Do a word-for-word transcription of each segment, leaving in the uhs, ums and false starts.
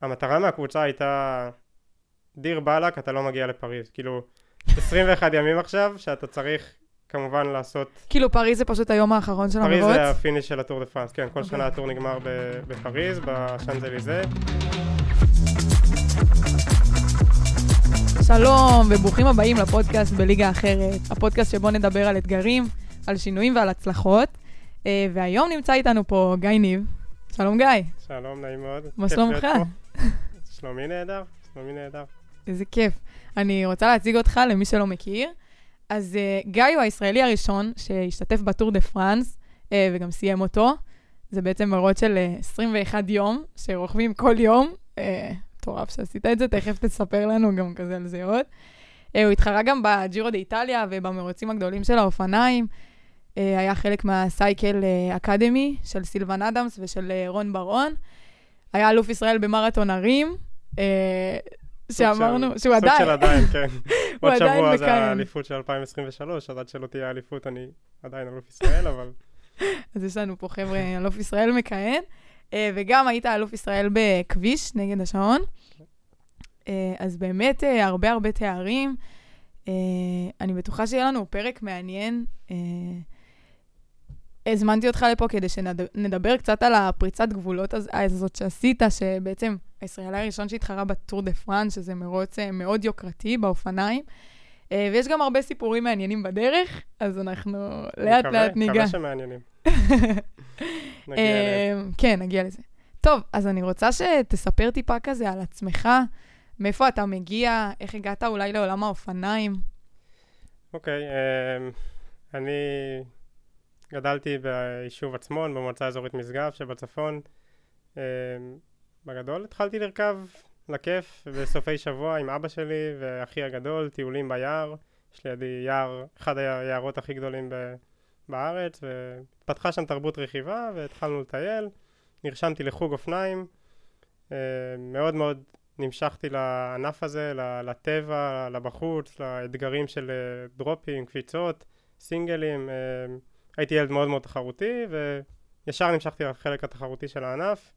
המטרה מהקבוצה הייתה, דיר בלק, אתה לא מגיע לפריז. כאילו, עשרים ואחד ימים עכשיו, שאתה צריך כמובן לעשות... כאילו פריז זה פשוט היום האחרון של המרוץ? פריז זה הפיניש של הטור דה פרנס, כן, כל שנה הטור נגמר בפריז, בשאנזליזה. שלום וברוכים הבאים לפודקאסט בליגה אחרת, הפודקאסט שבו נדבר על אתגרים, על שינויים ועל הצלחות, והיום נמצא איתנו פה גיא ניב. שלום גיא. שלום, נעים מאוד. מה שלומך? שלומי נהדר, שלומי נהדר. איזה כיף. אני רוצה להציג אותך למי שלא מכיר. אז uh, גיא הוא הישראלי הראשון שהשתתף בטור דה פרנס, uh, וגם סיים אותו. זה בעצם מרוץ של uh, עשרים ואחד יום, שרוכבים כל יום. מטורף uh, שעשית את זה, תכף תספר לנו גם כזה על זה עוד. Uh, הוא התחרה גם בג'ירו דה איטליה ובמרוצים הגדולים של האופניים. Uh, היה חלק מהסייקל uh, אקדמי של סילבן אדמס ושל uh, רון ברון. היה אלוף ישראל במרתון הרים. Uh, שאמרנו, שהוא עדיין. סוג של עדיין, כן. עוד שבוע זה מכהן. האליפות של אלפיים עשרים ושלוש, עד שלא תהיה האליפות, אני עדיין אלוף ישראל, אבל... אז יש לנו פה חבר'ה, אלוף ישראל מכהן, וגם היית אלוף ישראל בכביש נגד השעון. אז באמת הרבה הרבה תארים. אני בטוחה שיהיה לנו פרק מעניין. הזמנתי אותך לפה כדי שנדבר קצת על הפריצת גבולות הזאת שעשית, שבעצם הישראלי הראשון שהתחרה בטור דה פרנס, שזה מרוץ מאוד יוקרתי באופניים, ויש גם הרבה סיפורים מעניינים בדרך, אז אנחנו לאט לאט ניגע. מקווה שמעניינים. נגיע אליהם. כן, נגיע לזה. טוב, אז אני רוצה שתספר טיפה כזה על עצמך, מאיפה אתה מגיע, איך הגעת אולי לעולם האופניים. אוקיי, אני... גדלתי ביישוב עצמון, במועצה אזורית משגב שבצפון. בגדול התחלתי לרכב לכיף בסופי שבוע עם אבא שלי ואחי הגדול, טיולים ביער. יש לידי יער, אחד היערות הכי גדולים בארץ, ופתחה שם תרבות רכיבה והתחלנו לטייל. נרשמתי לחוג אופניים. מאוד מאוד נמשכתי לענף הזה, לטבע, לבחוץ, לאתגרים של דרופים, קפיצות, סינגלים. הייתי ילד מאוד מאוד תחרותי, וישר נמשכתי לחלק התחרותי של הענף.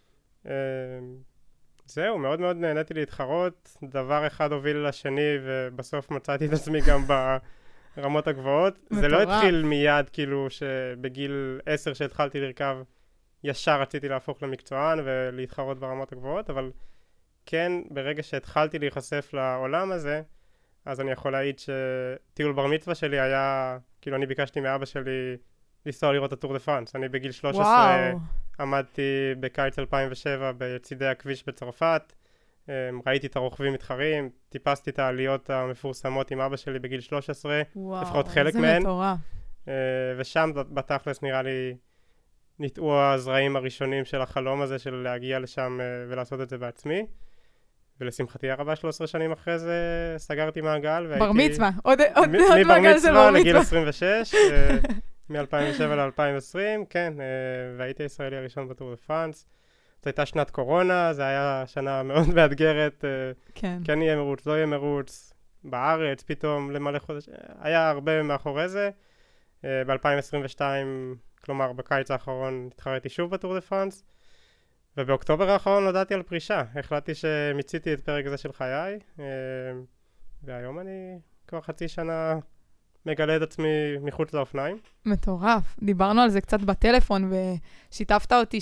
זהו, מאוד מאוד נהניתי להתחרות. דבר אחד הוביל לשני, ובסוף מצאתי את עצמי גם ברמות הגבוהות. זה לא התחיל מיד, כאילו, שבגיל עשר שהתחלתי לרכב, ישר רציתי להפוך למקצוען ולהתחרות ברמות הגבוהות, אבל כן, ברגע שהתחלתי להיחשף לעולם הזה, אז אני יכול להעיד שטיול בר מצווה שלי היה, כאילו אני ביקשתי מאבא שלי לנסוע לראות את הטור דה פרנס. אני בגיל שלוש עשרה וואו. עמדתי בקיץ אלפיים ושבע בצידי הכביש בצרפת, ראיתי את הרוכבים מתחרים, טיפסתי את העליות המפורסמות עם אבא שלי בגיל שלוש עשרה, וואו, לפחות חלק מהן. מטורף. ושם בתכלס נראה לי נטעו הזרעים הראשונים של החלום הזה של להגיע לשם ולעשות את זה בעצמי. ולשמחתי הרבה שלוש עשרה שנים אחרי זה סגרתי מעגל והייתי... בר מצווה, עוד מעגל של בר מצווה. לגיל עשרים ושש, מ-אלפיים ושבע ל-אלפיים ועשרים, כן, והייתי הישראלי הראשון בטור דה פרנס. זו הייתה שנת קורונה, זו הייתה שנה מאוד מאתגרת, כן. כן יהיה מרוץ, לא יהיה מרוץ, בארץ פתאום למלא חודש, היה הרבה מאחורי זה. ב-אלפיים עשרים ושתיים, כלומר בקיץ האחרון, התחרתי שוב בטור דה פרנס. ובאוקטובר האחרון הודעתי על פרישה. החלטתי שמיציתי את פרק זה של חיי, והיום אני כבר חצי שנה מגלה את עצמי מחוץ לאופניים. מטורף. דיברנו על זה קצת בטלפון, ושיתפת אותי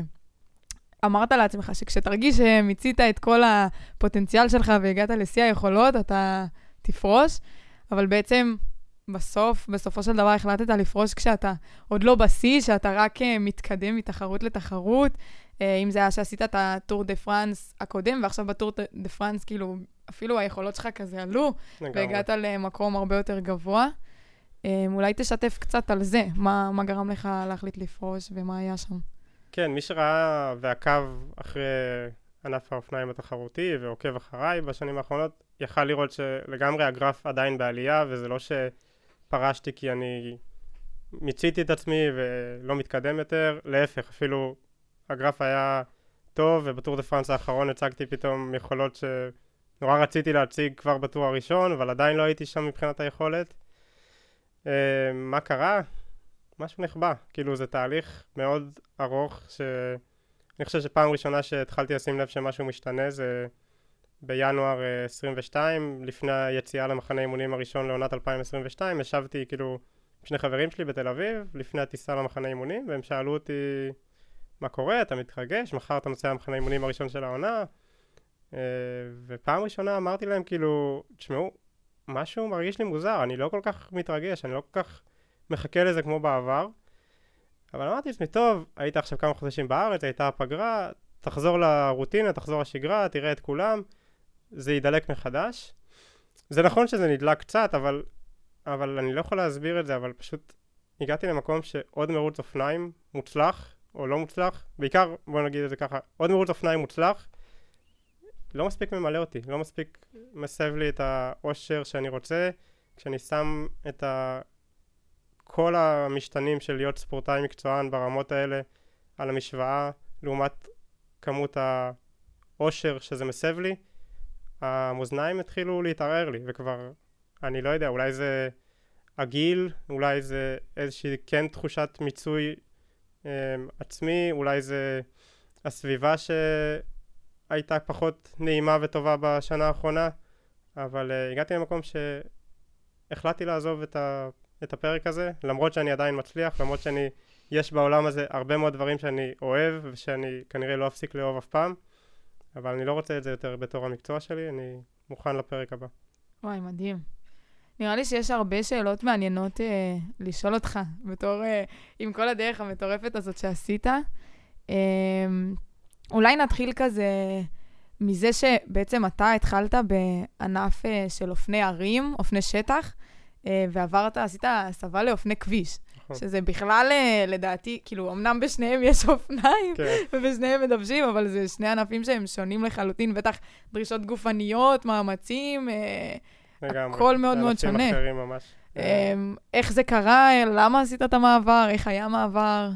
שאמרת לעצמך שכשתרגיש שמיצית את כל הפוטנציאל שלך והגעת לשיא היכולות, אתה תפרוש, אבל בעצם בסוף, בסופו של דבר החלטת לפרוש כשאתה עוד לא בשיא, שאתה רק מתקדם מתחרות לתחרות, אם זה היה שעשית את הטור דה פרנס הקודם, ועכשיו בטור דה פרנס, כאילו, אפילו היכולות שלך כזה עלו, והגעת למקום הרבה יותר גבוה. אולי תשתף קצת על זה, מה, מה גרם לך להחליט לפרוש, ומה היה שם? כן, מי שראה ועקב אחרי ענף האופניים התחרותי, ועוקב אחריי בשנים האחרונות, יכל לראות שלגמרי הגרף עדיין בעלייה, וזה לא שפרשתי כי אני מיציתי את עצמי ולא מתקדם יותר, להפך, אפילו הגרף היה טוב, ובטור דה פרנס האחרון הצגתי פתאום יכולות שנורא רציתי להציג כבר בטור הראשון, אבל עדיין לא הייתי שם מבחינת היכולת. מה קרה? משהו נחבא. כאילו זה תהליך מאוד ארוך אני חושב שפעם ראשונה שהתחלתי לשים לב שמשהו משתנה זה בינואר עשרים ושתיים, לפני היציאה למחנה אימונים הראשון לעונת אלפיים עשרים ושתיים, ישבתי כאילו שני חברים שלי בתל אביב, לפני הטיסה למחנה אימונים, והם שאלו אותי מה קורה, אתה מתרגש, מחר אתה נוסע למחנה אימונים הראשון של העונה, ופעם ראשונה אמרתי להם כאילו, תשמעו, משהו מרגיש לי מוזר, אני לא כל כך מתרגש, אני לא כל כך מחכה לזה כמו בעבר, אבל אמרתי לעצמי, טוב, היית עכשיו כמה חודשים בארץ, הייתה הפגרה, תחזור לרוטינה, תחזור לשגרה, תראה את כולם, זה ידלק מחדש. זה נכון שזה נדלק קצת, אבל, אבל אני לא יכול להסביר את זה, אבל פשוט הגעתי למקום שעוד מרוץ אופניים מוצלח, או לא מוצלח, בעיקר, בוא נגיד את זה ככה, עוד מרוץ אופניים מוצלח, לא מספיק ממלא אותי, לא מספיק מסב לי את האושר שאני רוצה, כשאני שם את ה... כל המשתנים של להיות ספורטאי מקצוען ברמות האלה על המשוואה, לעומת כמות האושר שזה מסב לי, המאזניים התחילו להתערער לי, וכבר, אני לא יודע, אולי זה הגיל, אולי זה איזושהי כן תחושת מיצוי אה, עצמי, אולי זה הסביבה שהייתה פחות נעימה וטובה בשנה האחרונה, אבל אה, הגעתי למקום שהחלטתי לעזוב את ה... את הפרק הזה, למרות שאני עדיין מצליח, למרות שאני, יש בעולם הזה הרבה מאוד דברים שאני אוהב, ושאני כנראה לא אפסיק לאהוב אף פעם, אבל אני לא רוצה את זה יותר בתור המקצוע שלי, אני מוכן לפרק הבא. וואי, מדהים. נראה לי שיש הרבה שאלות מעניינות אה, לשאול אותך, בתור, אה, עם כל הדרך המטורפת הזאת שעשית. אה, אולי נתחיל כזה מזה שבעצם אתה התחלת בענף אה, של אופני ערים, אופני שטח, ועברת, עשית הסבה לאופני כביש, שזה בכלל, לדעתי, כאילו, אמנם בשניהם יש אופניים, ובשניהם מדבשים, אבל זה שני ענפים שהם שונים לחלוטין, בטח דרישות גופניות, מאמצים, הכל מאוד מאוד שונה. ענפים אחרים ממש. איך זה קרה? למה עשית את המעבר? איך היה המעבר?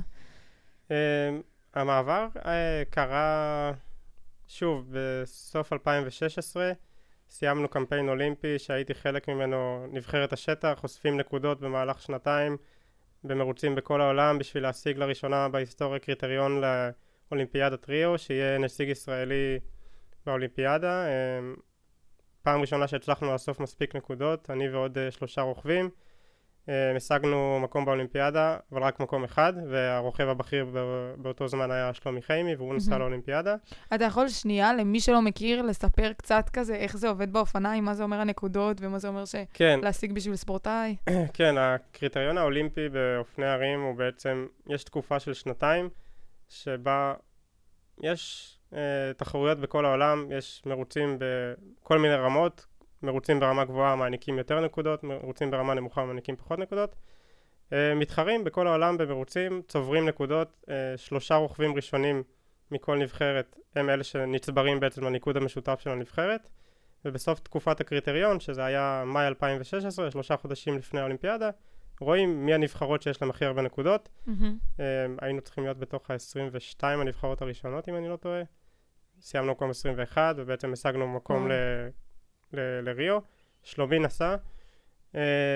המעבר קרה, שוב, בסוף אלפיים ושש עשרה, סיימנו קמפיין אולימפי שהייתי חלק ממנו, נבחרת השטח, אוספים נקודות במהלך שנתיים במרוצים בכל העולם בשביל להשיג לראשונה בהיסטוריה קריטריון לאולימפיאדת ריו, שיהיה נציג ישראלי באולימפיאדה. פעם ראשונה שהצלחנו לאסוף מספיק נקודות, אני ועוד שלושה רוכבים. השגנו מקום באולימפיאדה, אבל רק מקום אחד, והרוכב הבכיר באותו זמן היה שלומי חיימי, והוא נסע לאולימפיאדה. אתה יכול שנייה, למי שלא מכיר, לספר קצת כזה איך זה עובד באופניים, מה זה אומר הנקודות, ומה זה אומר להשיג בשביל ספורטאי? כן, הקריטריון האולימפי באופני ערים הוא בעצם, יש תקופה של שנתיים, שבה יש תחרויות בכל העולם, יש מרוצים בכל מיני רמות, מרוצים ברמה גבוהה מעניקים יותר נקודות, מרוצים ברמה נמוכה מעניקים פחות נקודות. מתחרים בכל העולם במרוצים, צוברים נקודות, שלושה רוכבים ראשונים מכל נבחרת הם אלה שנצברים בעצם לניקוד המשותף של הנבחרת, ובסוף תקופת הקריטריון, שזה היה מאי אלפיים ושש עשרה, שלושה חודשים לפני האולימפיאדה, רואים מי הנבחרות שיש להם הכי הרבה נקודות. Mm-hmm. היינו צריכים להיות בתוך ה-עשרים ושתיים הנבחרות הראשונות, אם אני לא טועה. סיימנו מקום עשרים ואחת, ובעצם השגנו מקום mm-hmm. ל... ל- לריו. שלומי נסע. Uh,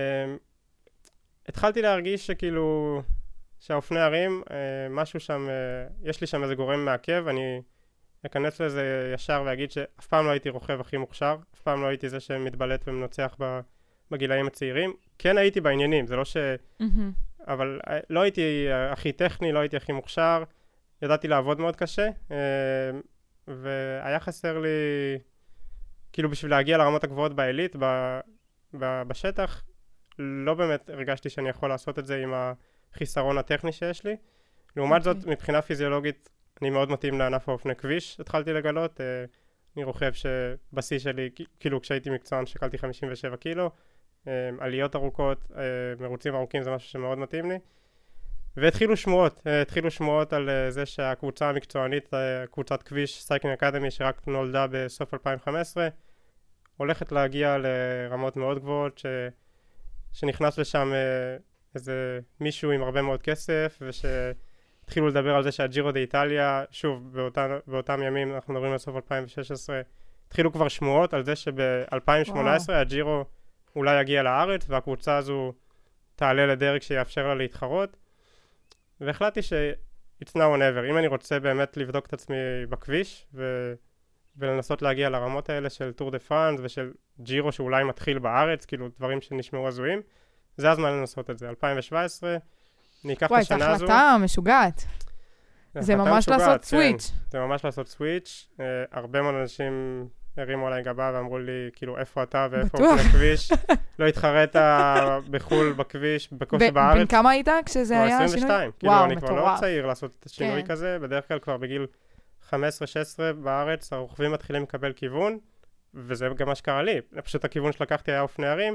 התחלתי להרגיש שכאילו, שהאופני ערים, uh, משהו שם, uh, יש לי שם איזה גורם מעכב, אני אכנס לזה ישר ואגיד שאף פעם לא הייתי רוכב הכי מוכשר, אף פעם לא הייתי זה שמתבלט ומנצח בגילאים הצעירים. כן הייתי בעניינים, זה לא ש... Mm-hmm. אבל uh, לא הייתי הכי טכני, לא הייתי הכי מוכשר, ידעתי לעבוד מאוד קשה, uh, והיה חסר לי... כאילו בשביל להגיע לרמות הגבוהות בעילית, ב, ב, בשטח, לא באמת הרגשתי שאני יכול לעשות את זה עם החיסרון הטכני שיש לי. לעומת okay. זאת, מבחינה פיזיולוגית, אני מאוד מתאים לענף האופני כביש, התחלתי לגלות. אני רוכב שבשיא שלי, כאילו כשהייתי מקצוען, שקלתי חמישים ושבע קילו, עליות ארוכות, מרוצים ארוכים, זה משהו שמאוד מתאים לי. והתחילו שמועות, התחילו שמועות על זה שהקבוצה המקצוענית, קבוצת כביש סייקלינג אקדמי, שרק נולדה בסוף אלפיים וחמש עשרה, הולכת להגיע לרמות מאוד גבוהות, ש... שנכנס לשם איזה מישהו עם הרבה מאוד כסף, ושהתחילו לדבר על זה שהג'ירו דה איטליה, שוב, באותם, באותם ימים, אנחנו מדברים על סוף אלפיים ושש עשרה, התחילו כבר שמועות על זה שב-אלפיים שמונה עשרה הג'ירו אולי יגיע לארץ, והקבוצה הזו תעלה לדרג שיאפשר לה להתחרות. והחלטתי it's now or never. אם אני רוצה באמת לבדוק את עצמי בכביש, ו... ולנסות להגיע לרמות האלה של טור דה פרנס ושל ג'ירו שאולי מתחיל בארץ, כאילו דברים שנשמעו הזויים, זה הזמן לנסות את זה. אלפיים שבע עשרה, אני אקח את השנה הזו. וואי, את החלטה משוגעת. זה ממש לעשות סוויץ'. זה ממש לעשות סוויץ'. הרבה מאוד אנשים הרימו עליי גבה ואמרו לי, כאילו, איפה אתה ואיפה הוא בכביש? לא התחרית בחול בכביש, בקושי בארץ. בן כמה היית כשזה היה השינוי? עשרים ושתיים. כאילו, אני כבר לא צעיר לעשות את השינוי כזה, בדרך כלל כבר בגיל חמש עשרה שש עשרה בארץ, הרוכבים מתחילים לקבל כיוון, וזה גם מה שקרה לי. פשוט הכיוון שלקחתי היה אופני הרים,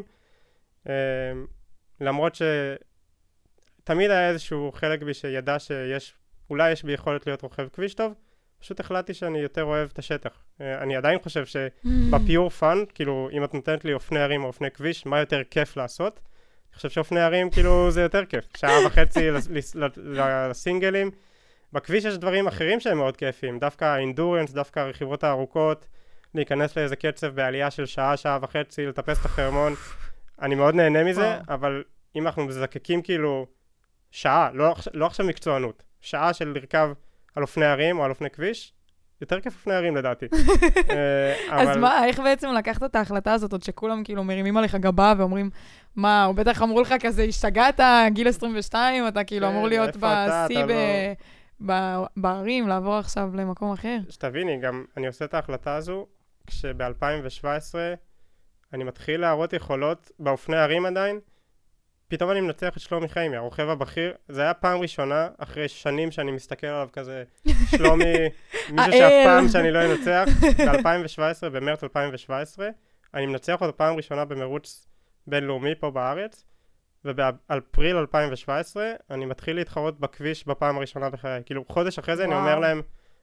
למרות שתמיד היה איזשהו חלק בי שידע שיש, אולי יש בי יכולת להיות רוכב כביש טוב, פשוט החלטתי שאני יותר אוהב את השטח. אני עדיין חושב שבפיור פאן, כאילו, אם את נותנת לי אופני הרים או אופני כביש, מה יותר כיף לעשות? אני חושב שאופני הרים, כאילו, זה יותר כיף. שעה וחצי לסינגלים. בכביש יש דברים אחרים שהם מאוד כיפים. דווקא האינדורנס, דווקא הרכיבות הארוכות, להיכנס לאיזה קצב בעלייה של שעה, שעה וחצי, לטפס את החרמון. אני מאוד נהנה מזה, אבל אם אנחנו מזקקים כאילו שעה, לא, לא עכשיו מקצוענות, שעה של לרכב על אופני הרים או על אופני כביש, יותר כיף אופני הרים לדעתי. אז מה, איך בעצם לקחת את ההחלטה הזאת, עוד שכולם כאילו מרימים עליך גבה ואומרים, מה, הוא בטח אמרו לך כזה, השתגעת, גיל עשרים ושתיים, אתה כאילו אמור להיות בשיא בערים, לעבור עכשיו למקום אחר. שתביני, גם אני עושה את ההחלטה הזו, כשב-אלפיים שבע עשרה אני מתחיל להראות יכולות באופני הרים עדיין, פתאום אני מנצח את שלומי חיימי, הרוכב הבכיר. זה היה פעם ראשונה, אחרי שנים שאני מסתכל עליו כזה, שלומי, מישהו שאף פעם שאני לא אנצח. ב-אלפיים שבע עשרה, במרץ אלפיים שבע עשרה, אני מנצח אותו פעם ראשונה במרוץ בינלאומי פה בארץ, ובאפריל אלפיים שבע עשרה, אני מתחיל להתחרות בכביש בפעם הראשונה בחיי. כאילו, חודש אחרי זה אני אומר להם,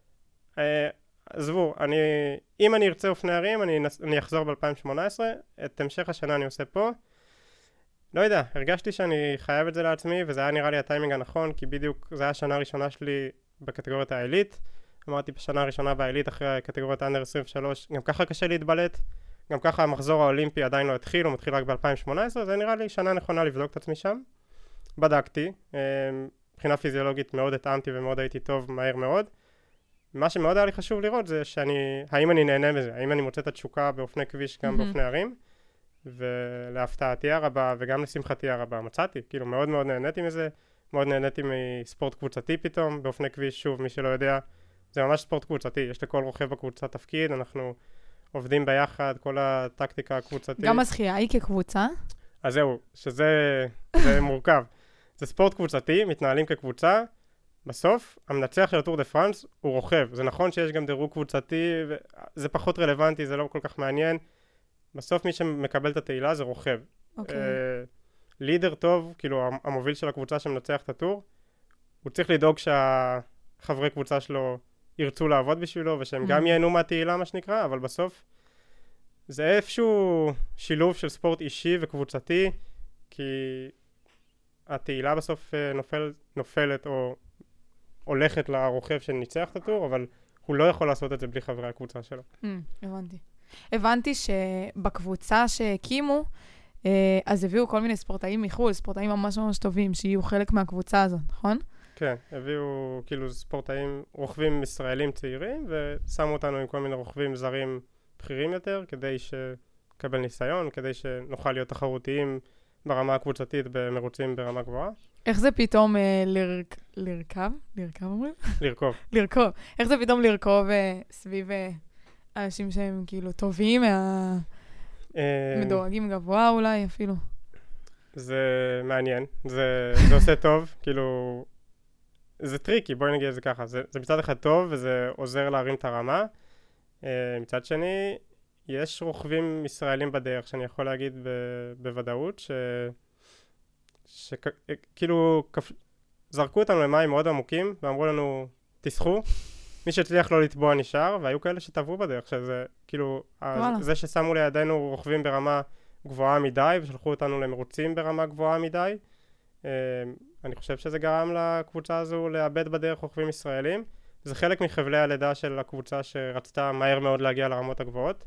עזבו, אני, אם אני ארצה אופני הרים, אני, אני אחזור ב-אלפיים שמונה עשרה, את המשך השנה אני עושה פה. לא יודע, הרגשתי שאני חייב את זה לעצמי, וזה היה נראה לי הטיימינג הנכון, כי בדיוק זה היה השנה הראשונה שלי בקטגוריית העילית. אמרתי בשנה הראשונה בעילית אחרי קטגוריית האנדר עשרים ושלוש, גם ככה קשה להתבלט, גם ככה המחזור האולימפי עדיין לא התחיל, הוא מתחיל רק ב-אלפיים שמונה עשרה, זה נראה לי שנה נכונה לבדוק את עצמי שם. בדקתי, מבחינה פיזיולוגית מאוד התאמתי ומאוד הייתי טוב מהר מאוד. מה שמאוד היה לי חשוב לראות זה שאני, האם אני נהנה מזה, האם אני מוצא את התשוקה באופני כביש גם באופני הרים, ולהפתעתי הרבה וגם לשמחתי הרבה מצאתי, כאילו מאוד מאוד נהניתי מזה, מאוד נהניתי מספורט קבוצתי פתאום, באופני כביש, שוב, מי שלא יודע, זה ממש ספורט קבוצתי, יש לכל רוכב בקבוצה תפקיד, אנחנו עובדים ביחד, כל הטקטיקה הקבוצתית. גם השחייה היא כקבוצה? אז זהו, שזה זה מורכב. זה ספורט קבוצתי, מתנהלים כקבוצה, בסוף, המנצח של הטור דה פרנס הוא רוכב. זה נכון שיש גם דירוג קבוצתי, זה פחות רלוונטי, זה לא כל כך מעניין. בסוף מי שמקבל את התהילה זה רוכב. אוקיי. לידר טוב, כאילו המוביל של הקבוצה שמנצח את הטור, הוא צריך לדאוג שהחברי קבוצה שלו ירצו לעבוד בשבילו, ושהם גם ייהנו מהתהילה, מה שנקרא, אבל בסוף זה איפשהו שילוב של ספורט אישי וקבוצתי, כי התהילה בסוף נופל, נופלת או הולכת לרוכב שניצח את הטור, אבל הוא לא יכול לעשות את זה בלי חברי הקבוצה שלו. הבנתי. הבנתי שבקבוצה שהקימו, אז הביאו כל מיני ספורטאים מחו"ל, ספורטאים ממש ממש טובים, שיהיו חלק מהקבוצה הזאת, נכון? כן, הביאו כאילו ספורטאים, רוכבים ישראלים צעירים, ושמו אותנו עם כל מיני רוכבים זרים בכירים יותר, כדי שקבל ניסיון, כדי שנוכל להיות תחרותיים ברמה הקבוצתית במרוצים ברמה גבוהה. איך זה פתאום אה, לרכ... לרכב? לרכב אומרים? לרכוב. לרכוב. איך זה פתאום לרכוב אה, סביב אה, אנשים שהם כאילו טובים, מה... אה... מדורגים גבוה אולי אפילו? זה מעניין, זה, זה עושה טוב, כאילו, זה טריקי, בואי נגיד את זה ככה, זה, זה מצד אחד טוב וזה עוזר להרים את הרמה, אה, מצד שני, יש רוכבים ישראלים בדרך שאני יכול להגיד ב, בוודאות, ש... שכאילו זרקו אותנו למים מאוד עמוקים ואמרו לנו תשחו, מי שהצליח לא לטבוע נשאר, והיו כאלה שטבעו בדרך, שזה כאילו זה ששמו לידינו רוכבים ברמה גבוהה מדי ושלחו אותנו למרוצים ברמה גבוהה מדי. אני חושב שזה גרם לקבוצה הזו לאבד בדרך רוכבים ישראלים. זה חלק מחבלי הלידה של הקבוצה שרצתה מהר מאוד להגיע לרמות הגבוהות.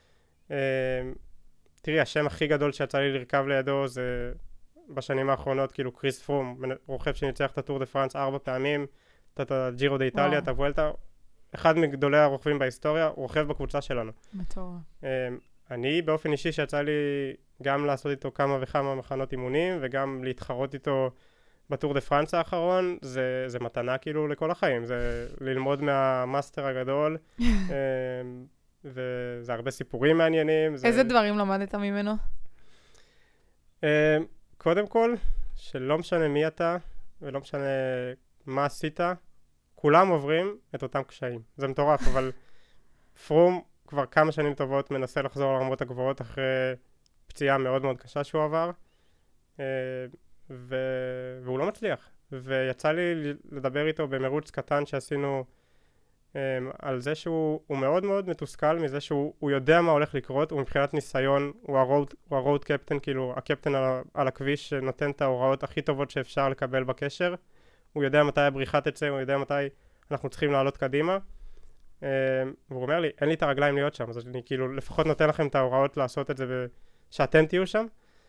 תראי, השם הכי גדול שיצא לי לרכב לידו זה בשנים האחרונות, כאילו קריס פרום, רוכב שניצח את הטור דה פרנס ארבע פעמים, את הג'ירו דה איטליה, את הוולטה, אחד מגדולי הרוכבים בהיסטוריה, הוא רוכב בקבוצה שלנו. מטורף. אני באופן אישי שיצא לי גם לעשות איתו כמה וכמה מחנות אימונים, וגם להתחרות איתו בטור דה פרנס האחרון, זה, זה מתנה כאילו לכל החיים, זה ללמוד מהמאסטר הגדול, וזה הרבה סיפורים מעניינים. איזה זה... דברים למדת ממנו? קודם כל, שלא משנה מי אתה, ולא משנה מה עשית, כולם עוברים את אותם קשיים. זה מטורף, אבל פרום כבר כמה שנים טובות מנסה לחזור לרמות הגבוהות אחרי פציעה מאוד מאוד קשה שהוא עבר, ו... והוא לא מצליח. ויצא לי לדבר איתו במרוץ קטן שעשינו על זה שהוא מאוד מאוד מתוסכל מזה שהוא יודע מה הולך לקרות, הוא מבחינת ניסיון, הוא הרוד, הוא הרוד קפטן, כאילו הקפטן על, על הכביש שנותן את ההוראות הכי טובות שאפשר לקבל בקשר, הוא יודע מתי הבריחה תצא, הוא יודע מתי אנחנו צריכים לעלות קדימה, והוא אומר לי, אין לי את הרגליים להיות שם, אז אני כאילו לפחות נותן לכם את ההוראות לעשות את זה שאתם תהיו שם.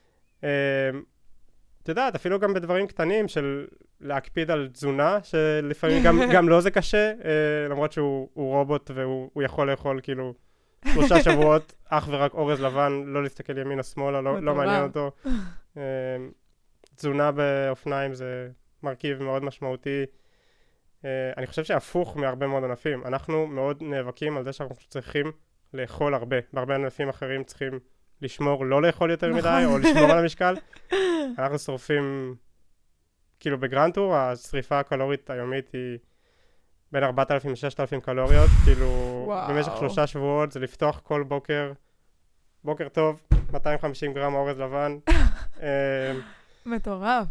אתה יודעת, אפילו גם בדברים קטנים של להקפיד על תזונה, שלפעמים גם, גם לא זה קשה, אה, למרות שהוא רובוט והוא יכול לאכול כאילו שלושה שבועות, אך ורק אורז לבן, לא להסתכל ימינה שמאלה, לא, לא מעניין אותו. אה, תזונה באופניים זה מרכיב מאוד משמעותי. אה, אני חושב שהפוך מהרבה מאוד ענפים. אנחנו מאוד נאבקים על זה שאנחנו צריכים לאכול הרבה. בהרבה ענפים אחרים צריכים לשמור, לא לאכול יותר מדי, או לשמור על המשקל. אנחנו שורפים, כאילו בגרנטור, השריפה הקלורית היומית היא בין ארבעת אלפים ל-ששת אלפים קלוריות, כאילו וואו. במשך שלושה שבועות זה לפתוח כל בוקר, בוקר טוב, מאתיים וחמישים גרם אורז לבן. מטורף.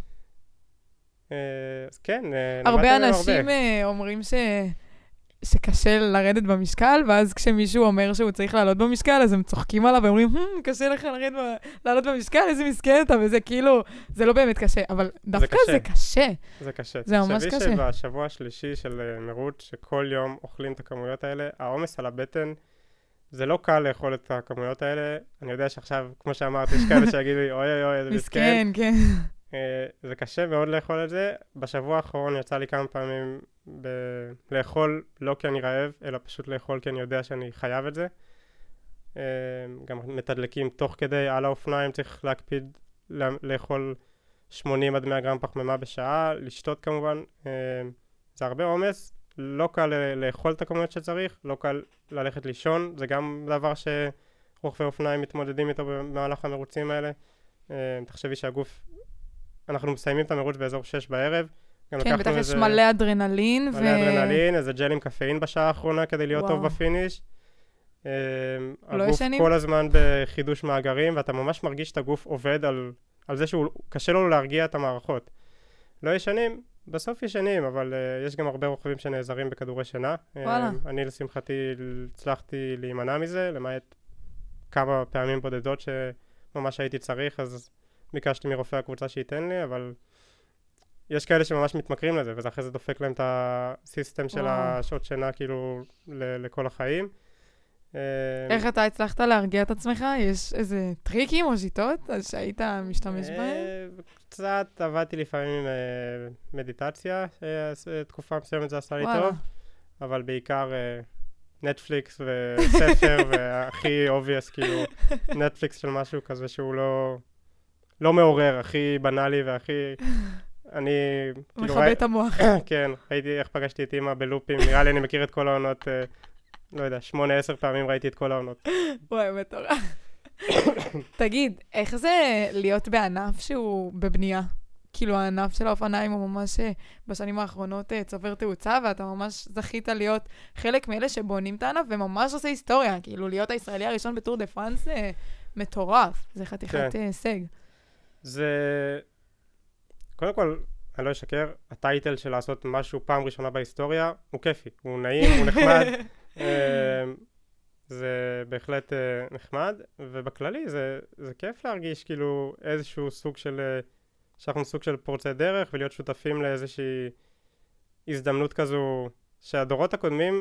אז כן, הרבה אנשים אומרים ש... שקשה לרדת במשקל, ואז כשמישהו אומר שהוא צריך לעלות במשקל, אז הם צוחקים עליו ואומרים, "הם, קשה לך לרדת לעלות במשקל, איזה מסכן אתה", וזה כאילו, זה לא באמת קשה, אבל דווקא זה קשה. זה קשה. זה ממש קשה. תחשבי שבשבוע השלישי של מרוץ, שכל יום אוכלים את הכמויות האלה, העומס על הבטן, זה לא קל לאכול את הכמויות האלה. אני יודע שעכשיו, כמו שאמרת, יש כאלה שיגידו לי, אוי אוי אוי, איזה מסכן. מסכן, כן. זה קשה מאוד לאכול את זה. בשבוע האחרון יצא לי כמה פעמים ב- לאכול לא כי אני רעב, אלא פשוט לאכול כי אני יודע שאני חייב את זה. גם מתדלקים תוך כדי על האופניים, צריך להקפיד לאכול שמונים עד מאה גרם פחמימה בשעה, לשתות כמובן. זה הרבה עומס, לא קל לאכול את הכמויות שצריך, לא קל ללכת לישון, זה גם דבר שרוכבי אופניים מתמודדים איתו במהלך המרוצים האלה. תחשבי שהגוף, אנחנו מסיימים את המרוץ באזור שש בערב, כן, בטח יש מלא אדרנלין. מלא אדרנלין, איזה ג'ל עם קפאין בשעה האחרונה כדי להיות טוב בפיניש. הגוף כל הזמן בחידוש מאגרים, ואתה ממש מרגיש את הגוף עובד על זה שהוא קשה לו להרגיע את המערכות. לא ישנים, בסוף ישנים, אבל יש גם הרבה רוכבים שנעזרים בכדורי שינה. אני לשמחתי הצלחתי להימנע מזה, למעט כמה פעמים בודדות שממש הייתי צריך, אז ביקשתי מרופא הקבוצה שייתן לי, אבל יש כאלה שממש מתמכרים לזה, וזה אחרי זה דופק להם את הסיסטם של השעות שינה כאילו לכל החיים. איך אתה הצלחת להרגיע את עצמך? יש איזה טריקים או שיטות שהיית משתמש בהם? קצת עבדתי לפעמים עם מדיטציה, תקופה מסוימת זה עשה לי טוב, אבל בעיקר נטפליקס וספר, והכי obvious, כאילו נטפליקס של משהו כזה שהוא לא לא מעורר, הכי בנאלי והכי... אני... מכבה את המוח. כן, ראיתי איך פגשתי את אמא בלופים, נראה לי אני מכיר את כל העונות, לא יודע, שמונה, עשר פעמים ראיתי את כל העונות. וואי, מטורף. תגיד, איך זה להיות בענף שהוא בבנייה? כאילו הענף של האופניים הוא ממש בשנים האחרונות צובר תאוצה, ואתה ממש זכית להיות חלק מאלה שבונים את הענף, וממש עושה היסטוריה, כאילו להיות הישראלי הראשון בטור דה פרנס מטורף, זה חתיכת הישג. זה... קודם כל, אני לא אשקר, הטייטל של לעשות משהו פעם ראשונה בהיסטוריה הוא כיפי, הוא נעים, הוא נחמד, זה בהחלט נחמד, ובכללי זה, זה כיף להרגיש כאילו איזשהו סוג של, שאנחנו סוג של פורצי דרך, ולהיות שותפים לאיזושהי הזדמנות כזו, שהדורות הקודמים,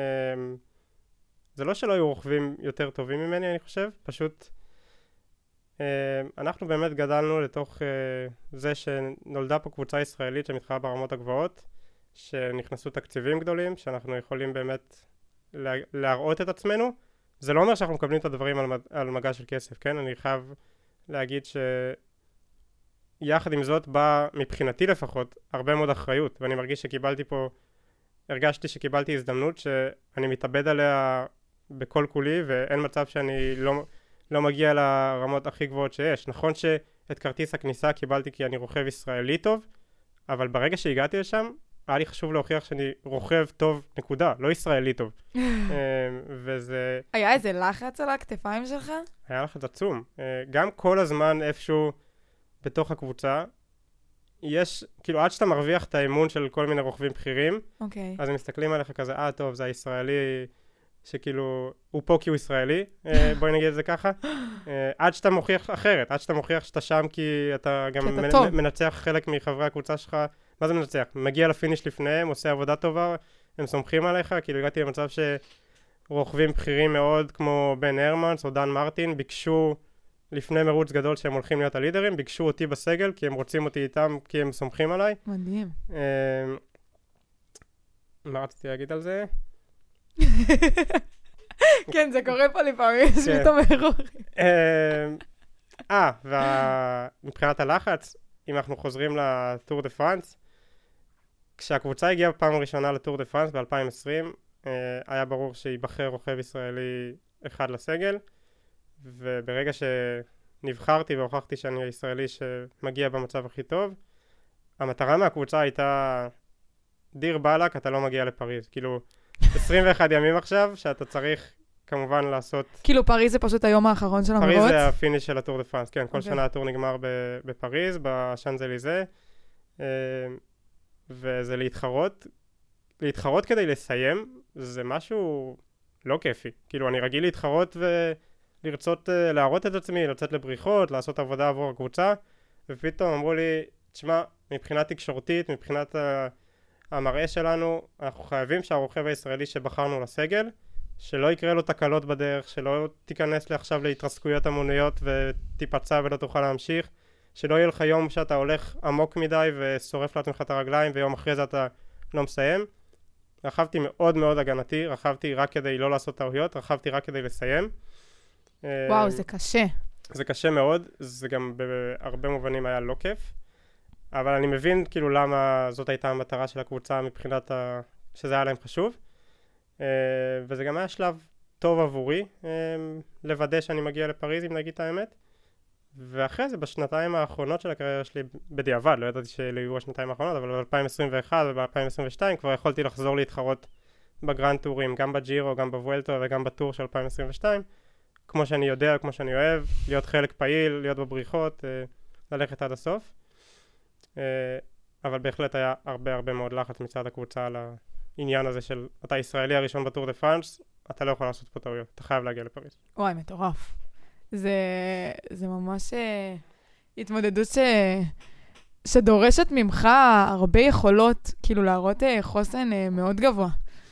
זה לא שלא היו רוכבים יותר טובים ממני, אני חושב, פשוט אנחנו באמת גדלנו לתוך זה שנולדה פה קבוצה ישראלית שמתחרה ברמות הגבוהות, שנכנסו תקציבים גדולים, שאנחנו יכולים באמת לה, להראות את עצמנו. זה לא אומר שאנחנו מקבלים את הדברים על, על מגע של כסף, כן? אני חייב להגיד שיחד עם זאת בא, מבחינתי לפחות, הרבה מאוד אחריות, ואני מרגיש שקיבלתי פה, הרגשתי שקיבלתי הזדמנות שאני מתאבד עליה בכל כולי, ואין מצב שאני לא, לא מגיע לרמות הכי גבוהות שיש. נכון שאת כרטיס הכניסה קיבלתי כי אני רוכב ישראלי טוב, אבל ברגע שהגעתי לשם, היה לי חשוב להוכיח שאני רוכב טוב, נקודה, לא ישראלי טוב. וזה... היה איזה לחץ על הכתפיים שלך? היה לחץ עצום. גם כל הזמן איפשהו בתוך הקבוצה, יש, כאילו עד שאתה מרוויח את האמון של כל מיני רוכבים בכירים, אוקיי. אז הם מסתכלים עליך כזה, אה, טוב, זה הישראלי שכאילו, הוא פה כי הוא ישראלי, בואי נגיד את זה ככה. עד שאתה מוכיח אחרת, עד שאתה מוכיח שאתה שם כי אתה גם מנצח חלק מחברי הקבוצה שלך. מה זה מנצח? מגיע לפיניש לפניהם, עושה עבודה טובה, הם סומכים עליך, כאילו הגעתי למצב שרוכבים בכירים מאוד, כמו בן הרמנס או דן מרטין, ביקשו לפני מרוץ גדול שהם הולכים להיות הלידרים, ביקשו אותי בסגל, כי הם רוצים אותי איתם, כי הם סומכים עליי. מדהים. מה רציתי להגיד על זה? כן, זה קורה פה לפעמים, יש לי תומך רוחי. אה, ומבחינת הלחץ, אם אנחנו חוזרים לטור דה פרנס, כשהקבוצה הגיעה פעם ראשונה לטור דה פרנס ב-אלפיים ועשרים, היה ברור שיבחר רוכב ישראלי אחד לסגל, וברגע שנבחרתי והוכחתי שאני הישראלי שמגיע במצב הכי טוב, המטרה מהקבוצה הייתה, דיר בלק, אתה לא מגיע לפריז. כאילו, עשרים ואחד ימים עכשיו, שאתה צריך כמובן לעשות... כאילו, פריז זה פשוט היום האחרון של המרוץ? פריז זה הפיניש של הטור דה פרנס, כן. כל שנה הטור נגמר בפריז, בשאנזליזה, וזה להתחרות. להתחרות כדי לסיים, זה משהו לא כיפי. כאילו, אני רגיל להתחרות ולרצות להראות את עצמי, לצאת לבריחות, לעשות עבודה עבור הקבוצה, ופתאום אמרו לי, תשמע, מבחינת תקשורתית, מבחינת המראה שלנו, אנחנו חייבים שהרוכב הישראלי שבחרנו לסגל, שלא יקרה לו תקלות בדרך, שלא תיכנס לי עכשיו להתרסקויות המוניות ותיפצע ולא תוכל להמשיך, שלא יהיה לך יום שאתה הולך עמוק מדי ושורף לעצמך את הרגליים ויום אחרי זה אתה לא מסיים. רכבתי מאוד מאוד הגנתי, רכבתי רק כדי לא לעשות טעויות, רכבתי רק כדי לסיים. וואו, זה קשה. זה קשה מאוד, זה גם בהרבה מובנים היה לא כיף, אבל אני מבין כאילו למה זאת הייתה המטרה של הקבוצה מבחינת ה... שזה היה להם חשוב. וזה גם היה שלב טוב עבורי, לוודא שאני מגיע לפריז, אם נגיד את האמת. ואחרי זה, בשנתיים האחרונות של הקריירה שלי, בדיעבד, לא ידעתי שאלה יהיו השנתיים האחרונות, אבל ב-אלפיים עשרים ואחת וב-אלפיים עשרים ושתיים כבר יכולתי לחזור להתחרות בגרנד טורים, גם בג'ירו, גם בוולטו וגם בטור של אלפיים עשרים ושתיים, כמו שאני יודע, כמו שאני אוהב, להיות חלק פעיל, להיות בבריחות, ללכת עד הסוף. אבל בהחלט היה הרבה הרבה מאוד לחץ מצד הקבוצה על העניין הזה של אתה ישראלי הראשון בטור דה פרנס, אתה לא יכול לעשות פה טעויות, אתה חייב להגיע לפריז. וואי, מטורף. זה, זה ממש התמודדות ש, שדורשת ממך הרבה יכולות, כאילו להראות חוסן מאוד גבוה.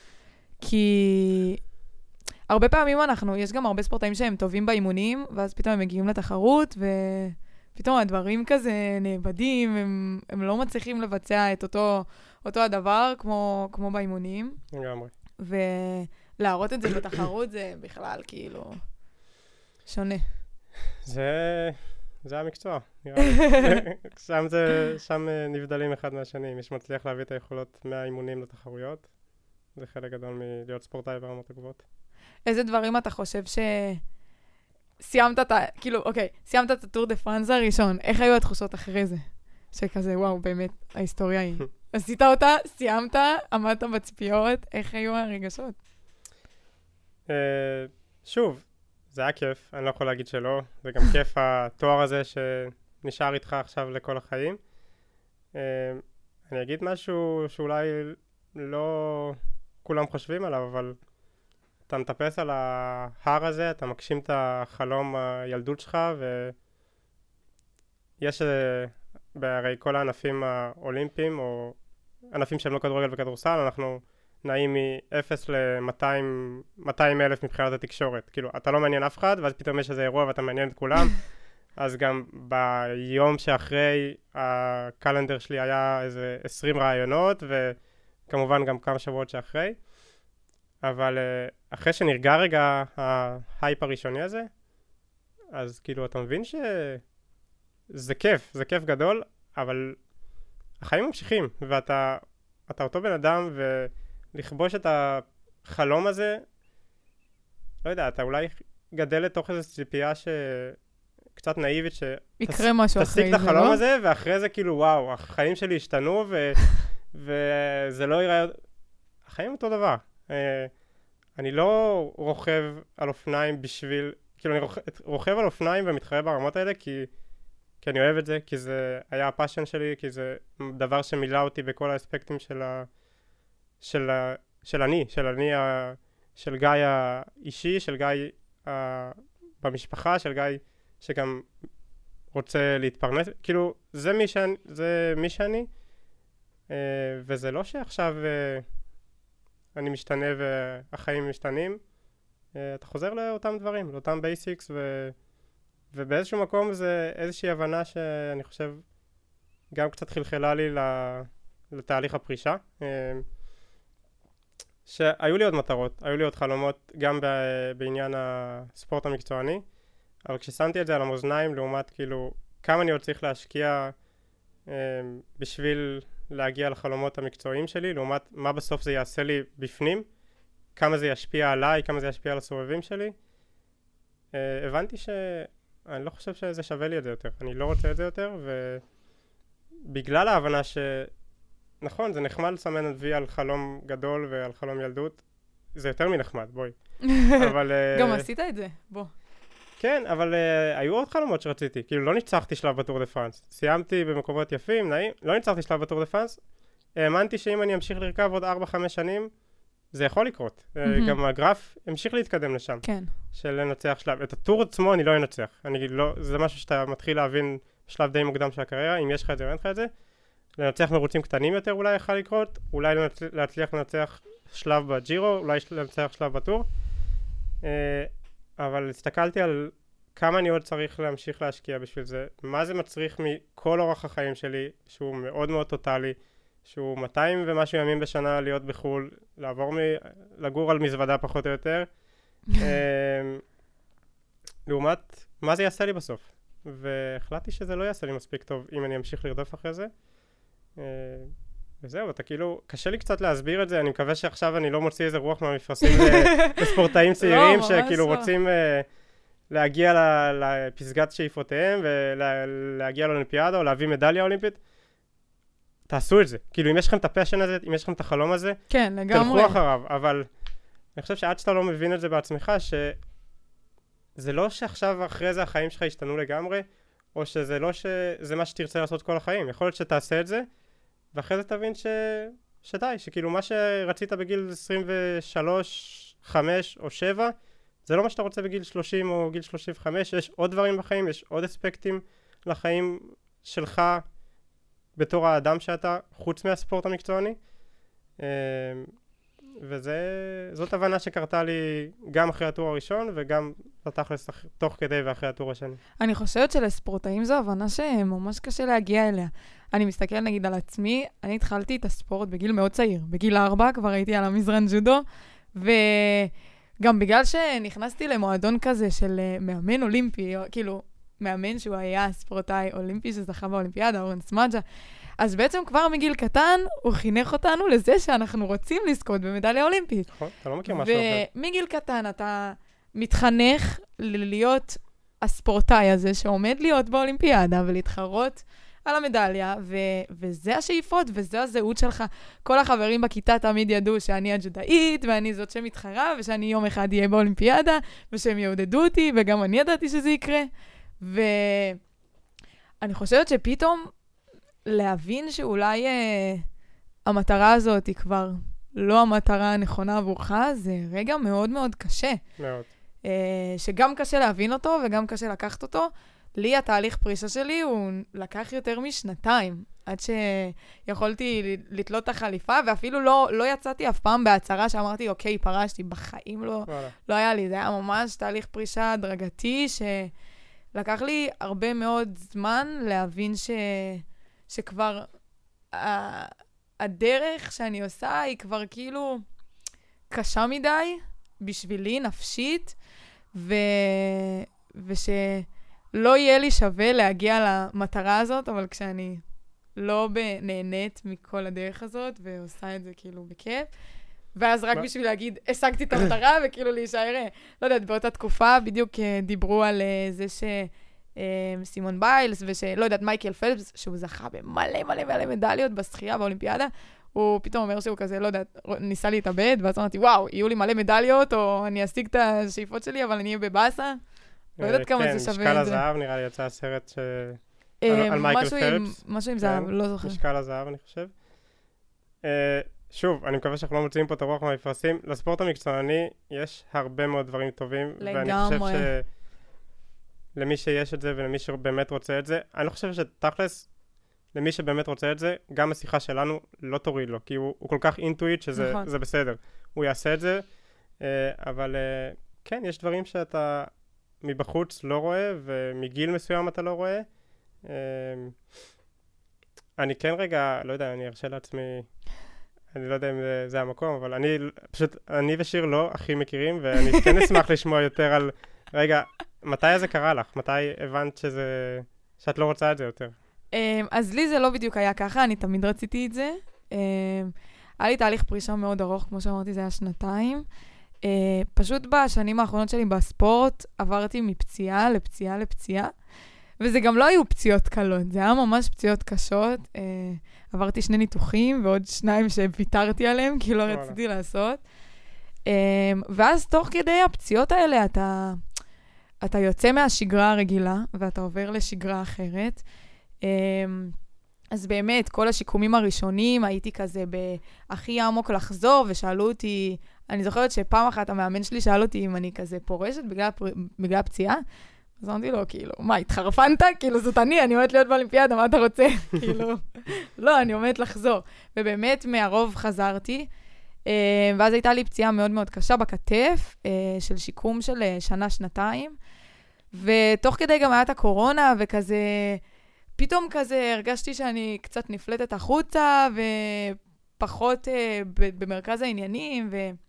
כי הרבה פעמים אנחנו, יש גם הרבה ספורטאים שהם טובים באימונים, ואז פתאום הם מגיעים לתחרות, ופתאום הדברים כזה נאבדים, הם, הם לא מצליחים לבצע את אותו, אותו הדבר כמו, כמו באימונים. לגמרי. ולהראות את זה בתחרות זה בכלל כאילו... שונה. זה, זה המקצוע, נראה לי. שם זה, שם נבדלים אחד מהשני. מי שמצליח להביא את היכולות מהאימונים לתחרויות, זה חלק גדול מלהיות ספורטאי ברמות הגבוהות. איזה דברים אתה חושב ש... סיימת את ה... כאילו, אוקיי, סיימת את הטור דה פרנס הראשון. איך היו התחושות אחרי זה? שכזה, וואו, באמת, ההיסטוריה היא. עשית אותה, סיימת, עמדת בצפיות, איך היו הרגשות? שוב, זה היה כיף, אני לא יכול להגיד שלא, זה גם כיף התואר הזה שנשאר איתך עכשיו לכל החיים. אני אגיד משהו שאולי לא כולם חושבים עליו, אבל אתה מטפס על ההר הזה, אתה מגשים את החלום הילדות שלך, ויש בהרי כל הענפים האולימפיים, או ענפים שהם לא כדורגל וכדורסל, אנחנו נעים מ-אפס ל-מאתיים אלף מבחינת התקשורת. כאילו, אתה לא מעניין אף אחד, ואז פתאום יש איזה אירוע ואתה מעניין את כולם. אז גם ביום שאחרי, הקלנדר שלי היה איזה עשרים רעיונות, כמובן גם כמה שבועות שאחרי, אבל אחרי שנרגע רגע ההייפ הראשוני הזה, אז כאילו אתה מבין שזה כיף, זה כיף גדול, אבל החיים ממשיכים, ואתה אתה אותו בן אדם, ולכבוש את החלום הזה, לא יודע, אתה אולי גדל לתוך איזו ציפייה ש... קצת נאיבית, יקרה משהו אחרי זה, לא? תסיק את החלום הזה, ואחרי זה כאילו, וואו, החיים שלי השתנו, וזה לא ייראה... החיים אותו דבר. אני לא רוכב על אופניים בשביל... כאילו, אני רוכב על אופניים ומתחרה ברמות האלה, כי אני אוהב את זה, כי זה היה הפאשן שלי, כי זה דבר שמילא אותי בכל האספקטים של ה... של אני, של אני, של גיא האישי, של גיא במשפחה, של גיא... שגם רוצה להתפרנס, כאילו, זה מי שאני, זה מי שאני, וזה לא שעכשיו אני משתנה והחיים משתנים, אתה חוזר לאותם דברים, לאותם בייסיקס, ובאיזשהו מקום זה איזושהי הבנה שאני חושב גם קצת חלחלה לי לתהליך הפרישה, שהיו לי עוד מטרות, היו לי עוד חלומות, גם בעניין הספורט המקצועני, אבל כששמתי את זה על המאזניים, לעומת כאילו כמה אני עוד צריך להשקיע אה, בשביל להגיע לחלומות המקצועיים שלי, לעומת מה בסוף זה יעשה לי בפנים, כמה זה ישפיע עליי, כמה זה ישפיע על הסובבים שלי, אה, הבנתי שאני לא חושב שזה שווה לי את זה יותר, אני לא רוצה את זה יותר, ובגלל ההבנה ש... נכון, זה נחמד לסמן את וי על חלום גדול ועל חלום ילדות, זה יותר מנחמד, בואי. אבל... גם עשית את זה, בוא. כן, אבל uh, היו עוד חלומות שרציתי, כאילו לא ניצחתי שלב בטור דה פרנס, סיימתי במקומות יפים, נעים, לא ניצחתי שלב בטור דה פרנס, האמנתי שאם אני אמשיך לרכב עוד ארבע חמש שנים, זה יכול לקרות, mm-hmm. uh, גם הגרף המשיך להתקדם לשם, כן. של לנצח שלב, את הטור עצמו אני לא אנצח, אני אגיד, לא, זה משהו שאתה מתחיל להבין בשלב די מוקדם של הקריירה, אם יש לך את זה או אין לך את זה, לנצח מרוצים קטנים יותר אולי יכול לקרות, אולי לנצ... להצליח לנצח שלב בג'ירו, אולי לנצח שלב בטור, uh, אבל הסתכלתי על כמה אני עוד צריך להמשיך להשקיע בשביל זה, מה זה מצריך מכל אורח החיים שלי, שהוא מאוד מאוד טוטלי, שהוא מאתיים ומשהו ימים בשנה להיות בחול, לעבור מ... לגור על מזוודה פחות או יותר, לעומת מה זה יעשה לי בסוף. והחלטתי שזה לא יעשה לי מספיק טוב אם אני אמשיך לרדוף אחרי זה. וזהו, אתה כאילו, קשה לי קצת להסביר את זה, אני מקווה שעכשיו אני לא מוציא איזה רוח מהמפרשים לספורטאים צעירים שכאילו רוצים להגיע לפסגת שאיפותיהם ולהגיע לאולימפיאדה או להביא מדליה אולימפית. תעשו את זה. כאילו, אם יש לכם את הפשן הזה, אם יש לכם את החלום הזה, כן, לגמרי. תלכו אחריו. אבל אני חושב שעד שאתה לא מבין את זה בעצמך, שזה לא שעכשיו אחרי זה החיים שלך ישתנו לגמרי, או שזה לא שזה מה שתרצה לעשות כל החיים. יכול להיות שתעשה את זה, ואחרי זה תבין ש... שדי, שכאילו מה שרצית בגיל עשרים ושלוש, חמש או שבע, זה לא מה שאתה רוצה בגיל שלושים או גיל שלושים וחמש, יש עוד דברים בחיים, יש עוד אספקטים לחיים שלך בתור האדם שאתה, חוץ מהספורט המקצועני. וזאת הבנה שקרתה לי גם אחרי הטור הראשון, וגם בתכלס תוך כדי ואחרי הטור השני. אני חושבת שלספורטאים זו הבנה שממש קשה להגיע אליה. אני מסתכל נגיד על עצמי, אני התחלתי את הספורט בגיל מאוד צעיר. בגיל ארבע כבר הייתי על המזרן ג'ודו, וגם בגלל שנכנסתי למועדון כזה של מאמן אולימפי, כאילו מאמן שהוא היה ספורטאי אולימפי שזכה באולימפיאדה, אורן סמאג'ה, אז בעצם כבר מגיל קטן הוא חינך אותנו לזה שאנחנו רוצים לזכות במדליה אולימפית. נכון, אתה לא מכיר משהו אחר. ומגיל קטן אתה מתחנך להיות הספורטאי הזה שעומד להיות באולימפיאדה ולהתחרות על המדליה, ו- וזה השאיפות וזה הזהות שלך. כל החברים בכיתה תמיד ידעו שאני הג'ודאית ואני זאת שמתחרה ושאני יום אחד אהיה באולימפיאדה ושהם יעודדו אותי וגם אני ידעתי שזה יקרה. ואני חושבת שפתאום להבין שאולי אה, המטרה הזאת היא כבר לא המטרה הנכונה עבורך, זה רגע מאוד מאוד קשה. מאוד. אה, שגם קשה להבין אותו וגם קשה לקחת אותו. לי התהליך פרישה שלי הוא לקח יותר משנתיים, עד שיכולתי לתלות את החליפה, ואפילו לא, לא יצאתי אף פעם בהצהרה שאמרתי, אוקיי, פרשתי, בחיים לא, לא היה לי. זה היה ממש תהליך פרישה הדרגתי, שלקח לי הרבה מאוד זמן להבין ש... שכבר uh, הדרך שאני עושה היא כבר כאילו קשה מדי בשבילי, נפשית, ו... ושלא יהיה לי שווה להגיע למטרה הזאת, אבל כשאני לא נהנית מכל הדרך הזאת, ועושה את זה כאילו בכיף, ואז רק בשביל להגיד, השגתי את המטרה, וכאילו להישאר, לא יודעת, באותה תקופה בדיוק דיברו על זה ש... סימון ביילס, ושלא יודעת, מייקל פלפס, שהוא זכה במלא מלא מלא מדליות בשחייה באולימפיאדה, הוא פתאום אומר שהוא כזה, לא יודעת, ניסה להתאבד, ואז אמרתי, וואו, יהיו לי מלא מדליות, או אני אשיג את השאיפות שלי, אבל אני אהיה בבאסה. לא יודעת כמה זה שווה את זה. משקל הזהב, נראה לי יצא הסרט על מייקל פלפס. משהו עם זהב, לא זוכר. משקל הזהב, אני חושב. שוב, אני מקווה שאנחנו לא מוצאים פה את הרוח מהמפרשים. לספורט המקצועני יש הרבה מאוד דברים טובים, ואני חושב ש... למי שיש את זה ולמי שבאמת רוצה את זה. אני לא חושב שתכלס, למי שבאמת רוצה את זה, גם השיחה שלנו לא תוריד לו, כי הוא, הוא כל כך אינטואיט שזה נכון. זה בסדר. הוא יעשה את זה, אבל כן, יש דברים שאתה מבחוץ לא רואה, ומגיל מסוים אתה לא רואה. אני כן רגע, לא יודע, אני ארשה לעצמי, אני לא יודע אם זה, זה המקום, אבל אני פשוט, אני ושיר לא הכי מכירים, ואני כן אשמח לשמוע יותר על, רגע, מתי זה קרה לך? מתי הבנת שזה, שאת לא רוצה את זה יותר? אז לי זה לא בדיוק היה ככה, אני תמיד רציתי את זה. היה לי תהליך פרישה מאוד ארוך, כמו שאמרתי, זה היה שנתיים. פשוט בשנים האחרונות שלי בספורט, עברתי מפציעה לפציעה לפציעה, וזה גם לא היו פציעות קלות, זה היה ממש פציעות קשות. עברתי שני ניתוחים ועוד שניים שוויתרתי עליהם, כי לא רציתי לעשות. ואז תוך כדי הפציעות האלה, אתה... אתה יוצא מהשגרה הרגילה, ואתה עובר לשגרה אחרת. אז באמת, כל השיקומים הראשונים, הייתי כזה בהכי עמוק לחזור, ושאלו אותי, אני זוכרת שפעם אחת המאמן שלי שאל אותי אם אני כזה פורשת בגלל, בגלל הפציעה, אז אמרתי לו, כאילו, מה, התחרפנת? כאילו, זאת אני, אני עומדת להיות באולימפיאדה, מה אתה רוצה? כאילו, לא, אני עומדת לחזור. ובאמת, מהרוב חזרתי, ואז הייתה לי פציעה מאוד מאוד קשה בכתף, של שיקום של שנה, שנתיים, ותוך כדי גם היה את הקורונה, וכזה, פתאום כזה הרגשתי שאני קצת נפלטת החוצה, ופחות במרכז העניינים,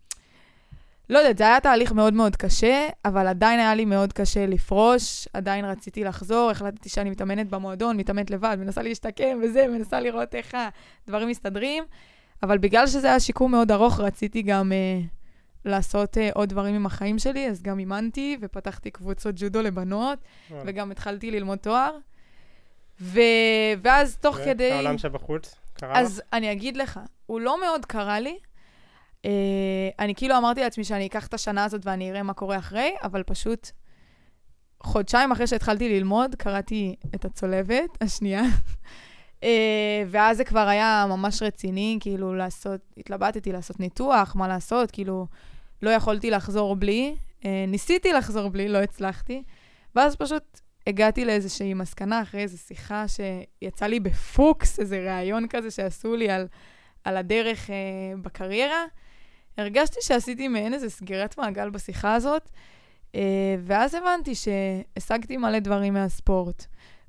ולא יודעת, זה היה תהליך מאוד מאוד קשה, אבל עדיין היה לי מאוד קשה לפרוש, עדיין רציתי לחזור, החלטתי שאני מתאמנת במועדון, מתאמנת לבד, מנסה להשתקם וזה, מנסה לראות איך הדברים מסתדרים, אבל בגלל שזה היה שיקום מאוד ארוך, רציתי גם uh, לעשות uh, עוד דברים עם החיים שלי, אז גם אימנתי ופתחתי קבוצות ג'ודו לבנות, וואו. וגם התחלתי ללמוד תואר. ו... ואז תוך ו- כדי... העולם שבחוץ קרה אז לך? אני אגיד לך, הוא לא מאוד קרה לי. Uh, אני כאילו אמרתי לעצמי שאני אקח את השנה הזאת ואני אראה מה קורה אחרי, אבל פשוט חודשיים אחרי שהתחלתי ללמוד, קראתי את הצולבת השנייה. Uh, ואז זה כבר היה ממש רציני, כאילו לעשות, התלבטתי לעשות ניתוח, מה לעשות, כאילו לא יכולתי לחזור בלי, uh, ניסיתי לחזור בלי, לא הצלחתי, ואז פשוט הגעתי לאיזושהי מסקנה אחרי איזו שיחה שיצא לי בפוקס, איזה רעיון כזה שעשו לי על, על הדרך uh, בקריירה, הרגשתי שעשיתי מעין איזה סגירת מעגל בשיחה הזאת, uh, ואז הבנתי שהשגתי מלא דברים מהספורט,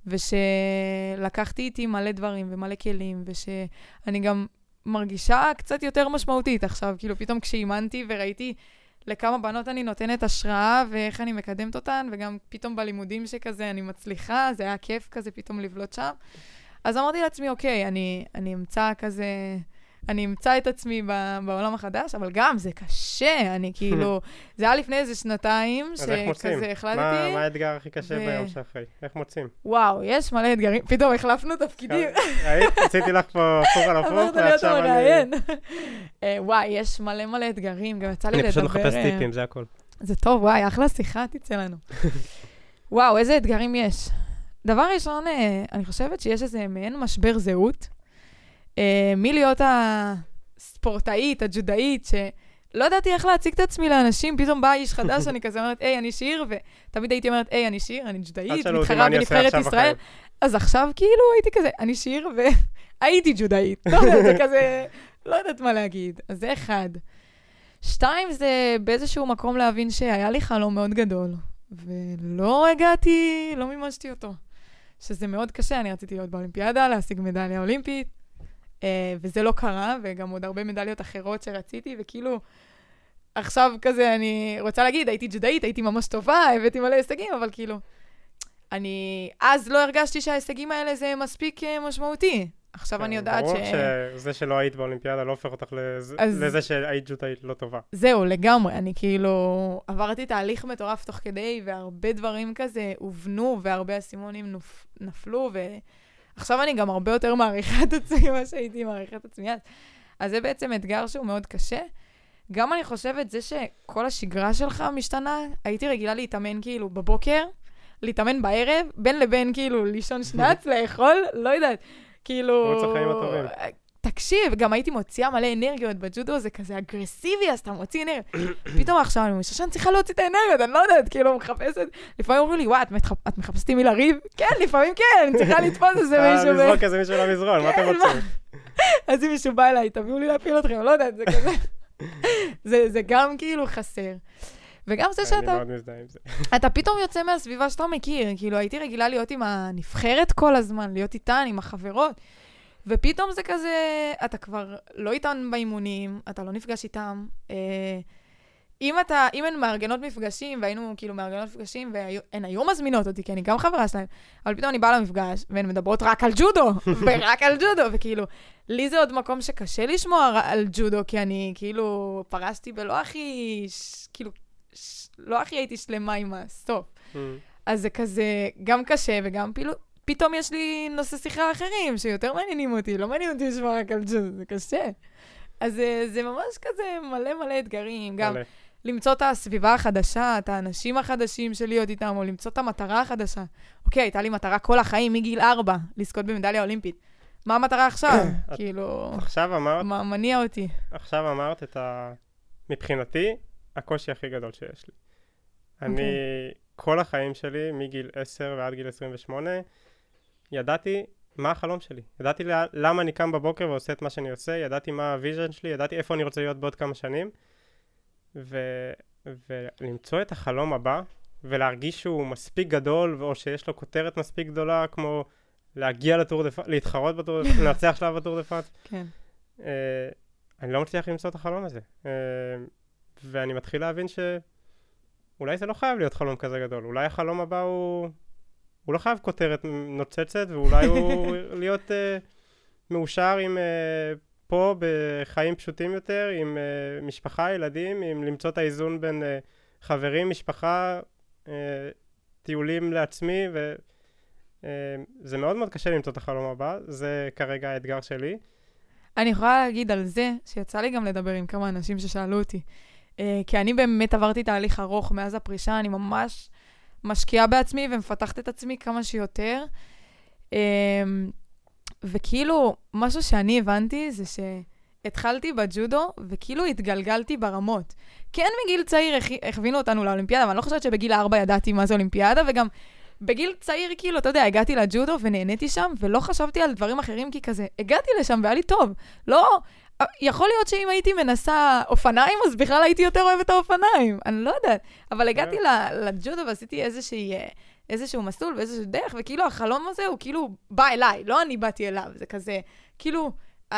ושלקחתי איתי מלא דברים ומלא כלים, ושאני גם מרגישה קצת יותר משמעותית עכשיו, כאילו פתאום כשאימנתי וראיתי לכמה בנות אני נותנת השראה, ואיך אני מקדמת אותן, וגם פתאום בלימודים שכזה אני מצליחה, זה היה כיף כזה פתאום לבלוט שם. אז אמרתי לעצמי, אוקיי, אני, אני אמצא כזה, אני אמצא את עצמי בעולם החדש, אבל גם זה קשה, אני כאילו, זה היה לפני איזה שנתיים, שכזה החלטתי. מה האתגר הכי קשה ביום שאחרי? איך מוצאים? וואו, יש מלא אתגרים, פתאום החלפנו תפקידים. ראית? עשיתי לך פה הפוך על הפוך, ועכשיו אני... וואי, יש מלא מלא אתגרים, גם יצא לי לדבר... אני פשוט מחפש טיפים, זה הכל. זה טוב, וואי, אחלה שיחה תצא לנו. וואו, איזה אתגרים יש. דבר ראשון, אני חושבת שיש איזה מעין משבר זהות, Uh, מי להיות הספורטאית, הג'ודאית, שלא ידעתי איך להציג את עצמי לאנשים, פתאום בא איש חדש, אני כזה אומרת, היי, אני שיר, ותמיד הייתי אומרת, היי, אני שיר, אני ג'ודאית, מתחרה בנבחרת ישראל. אז עכשיו כאילו הייתי כזה, אני שיר, והייתי ג'ודאית. לא יודעת, זה כזה, לא יודעת מה להגיד. אז זה אחד. שתיים, זה באיזשהו מקום להבין שהיה לי חלום מאוד גדול, ולא הגעתי, לא מימשתי אותו. שזה מאוד קשה, אני רציתי להיות באולימפיאדה, להשיג מדליה אולימפית, וזה לא קרה, וגם עוד הרבה מדליות אחרות שרציתי, וכאילו, עכשיו כזה אני רוצה להגיד, הייתי ג'ודאית, הייתי ממש טובה, הבאתי מלא הישגים, אבל כאילו, אני אז לא הרגשתי שההישגים האלה זה מספיק משמעותי. עכשיו אני יודעת ש... ברור שזה שלא היית באולימפיאדה לא הופך אותך לזה שהיית ג'ודאית לא טובה. זהו, לגמרי. אני כאילו עברתי תהליך מטורף תוך כדי, והרבה דברים כזה הובנו, והרבה אסימונים נפלו, ועכשיו אני גם הרבה יותר מעריכה את עצמי, מה שהייתי מעריכה את עצמי אז. אז זה בעצם אתגר שהוא מאוד קשה. גם אני חושבת זה שכל השגרה שלך משתנה, הייתי רגילה להתאמן כאילו בבוקר, להתאמן בערב, בין לבין כאילו לישון שנץ, לאכול, לא יודעת. כאילו... רוץ החיים הטובים. תקשיב, גם הייתי מוציאה מלא אנרגיות בג'ודו, זה כזה אגרסיבי, אז אתה מוציא אנרגיות. פתאום עכשיו אני חושבת שאני צריכה להוציא את האנרגיות, אני לא יודעת, כאילו מחפשת. לפעמים אומרים לי, וואי, את מחפשת עם מי לריב? כן, לפעמים כן, אני צריכה לתפוס איזה מישהו. לזרוק איזה מישהו למזרון, מה אתם רוצים? אז אם מישהו בא אליי, תביאו לי להפיל אתכם, לא יודעת, זה כזה. זה גם כאילו חסר. וגם זה שאתה... אני מאוד מזדהה עם זה. אתה פתאום יוצא מהסביבה שאתה מכיר, כאילו הייתי רגילה להיות עם הנבחרת כל הזמן, להיות איתן, עם החברות, ופתאום זה כזה, אתה כבר לא איתן באימונים, אתה לא נפגש איתם. אם אתה, אם הן מארגנות מפגשים, והיינו כאילו מארגנות מפגשים, והן היו מזמינות אותי, כי אני גם חברה שלהם, אבל פתאום אני באה למפגש, והן מדברות רק על ג'ודו, ורק על ג'ודו, וכאילו, לי זה עוד מקום שקשה לשמוע על ג'ודו, כי אני כאילו פרשתי בלא הכי, כאילו, לא הכי הייתי שלמה עם הסוף. אז זה כזה גם קשה, וגם פתאום יש לי נושא שיחה אחרים, שיותר מעניינים אותי, לא מעניין אותי לשמוע רק על ג'ודו, זה קשה. אז זה ממש כזה מלא מלא אתגרים, גם למצוא את הסביבה החדשה, את האנשים החדשים שלי עוד איתם, או למצוא את המטרה החדשה. אוקיי, הייתה לי מטרה כל החיים מגיל ארבע, לזכות במדליה אולימפית. מה המטרה עכשיו? כאילו... עכשיו אמרת... מה מניע אותי? עכשיו אמרת את ה... מבחינתי, הקושי הכי גדול שיש לי. אני, כל החיים שלי, מגיל עשר ועד גיל עשרים ושמונה, ידעתי מה החלום שלי. ידעתי למה אני קם בבוקר ועושה את מה שאני עושה, ידעתי מה הוויז'ן שלי, ידעתי איפה אני רוצה להיות בעוד כמה שנים, ו... ולמצוא את החלום הבא, ולהרגיש שהוא מספיק גדול, או שיש לו כותרת מספיק גדולה, כמו להגיע לטור דה פרנס, להתחרות בטור דה פרנס, לנצח שלב בטור דה פרנס. כן. Uh, אני לא מצליח למצוא את החלום הזה. Uh, ואני מתחיל להבין שאולי זה לא חייב להיות חלום כזה גדול. אולי החלום הבא הוא... הוא לא חייב כותרת נוצצת, ואולי הוא להיות uh, מאושר עם... Uh, פה בחיים פשוטים יותר, עם uh, משפחה, ילדים, עם למצוא את האיזון בין uh, חברים, משפחה, uh, טיולים לעצמי, וזה uh, מאוד מאוד קשה למצוא את החלום הבא. זה כרגע האתגר שלי. אני יכולה להגיד על זה, שיצא לי גם לדבר עם כמה אנשים ששאלו אותי, uh, כי אני באמת עברתי תהליך ארוך מאז הפרישה, אני ממש משקיעה בעצמי ומפתחת את עצמי כמה שיותר. Uh, וכאילו, משהו שאני הבנתי זה שהתחלתי בג'ודו, וכאילו התגלגלתי ברמות. כן, מגיל צעיר הכווינו אותנו לאולימפיאדה, אבל אני לא חושבת שבגיל ארבע ידעתי מה זה אולימפיאדה, וגם בגיל צעיר, כאילו, אתה יודע, הגעתי לג'ודו ונהניתי שם, ולא חשבתי על דברים אחרים, כי כזה, הגעתי לשם והיה לי טוב. לא, יכול להיות שאם הייתי מנסה אופניים, אז בכלל הייתי יותר אוהבת האופניים. אני לא יודעת. אבל הגעתי לג'ודו ועשיתי איזושהי... איזשהו מסלול ואיזשהו דרך, וכאילו החלום הזה הוא כאילו בא אליי, לא אני באתי אליו, זה כזה, כאילו,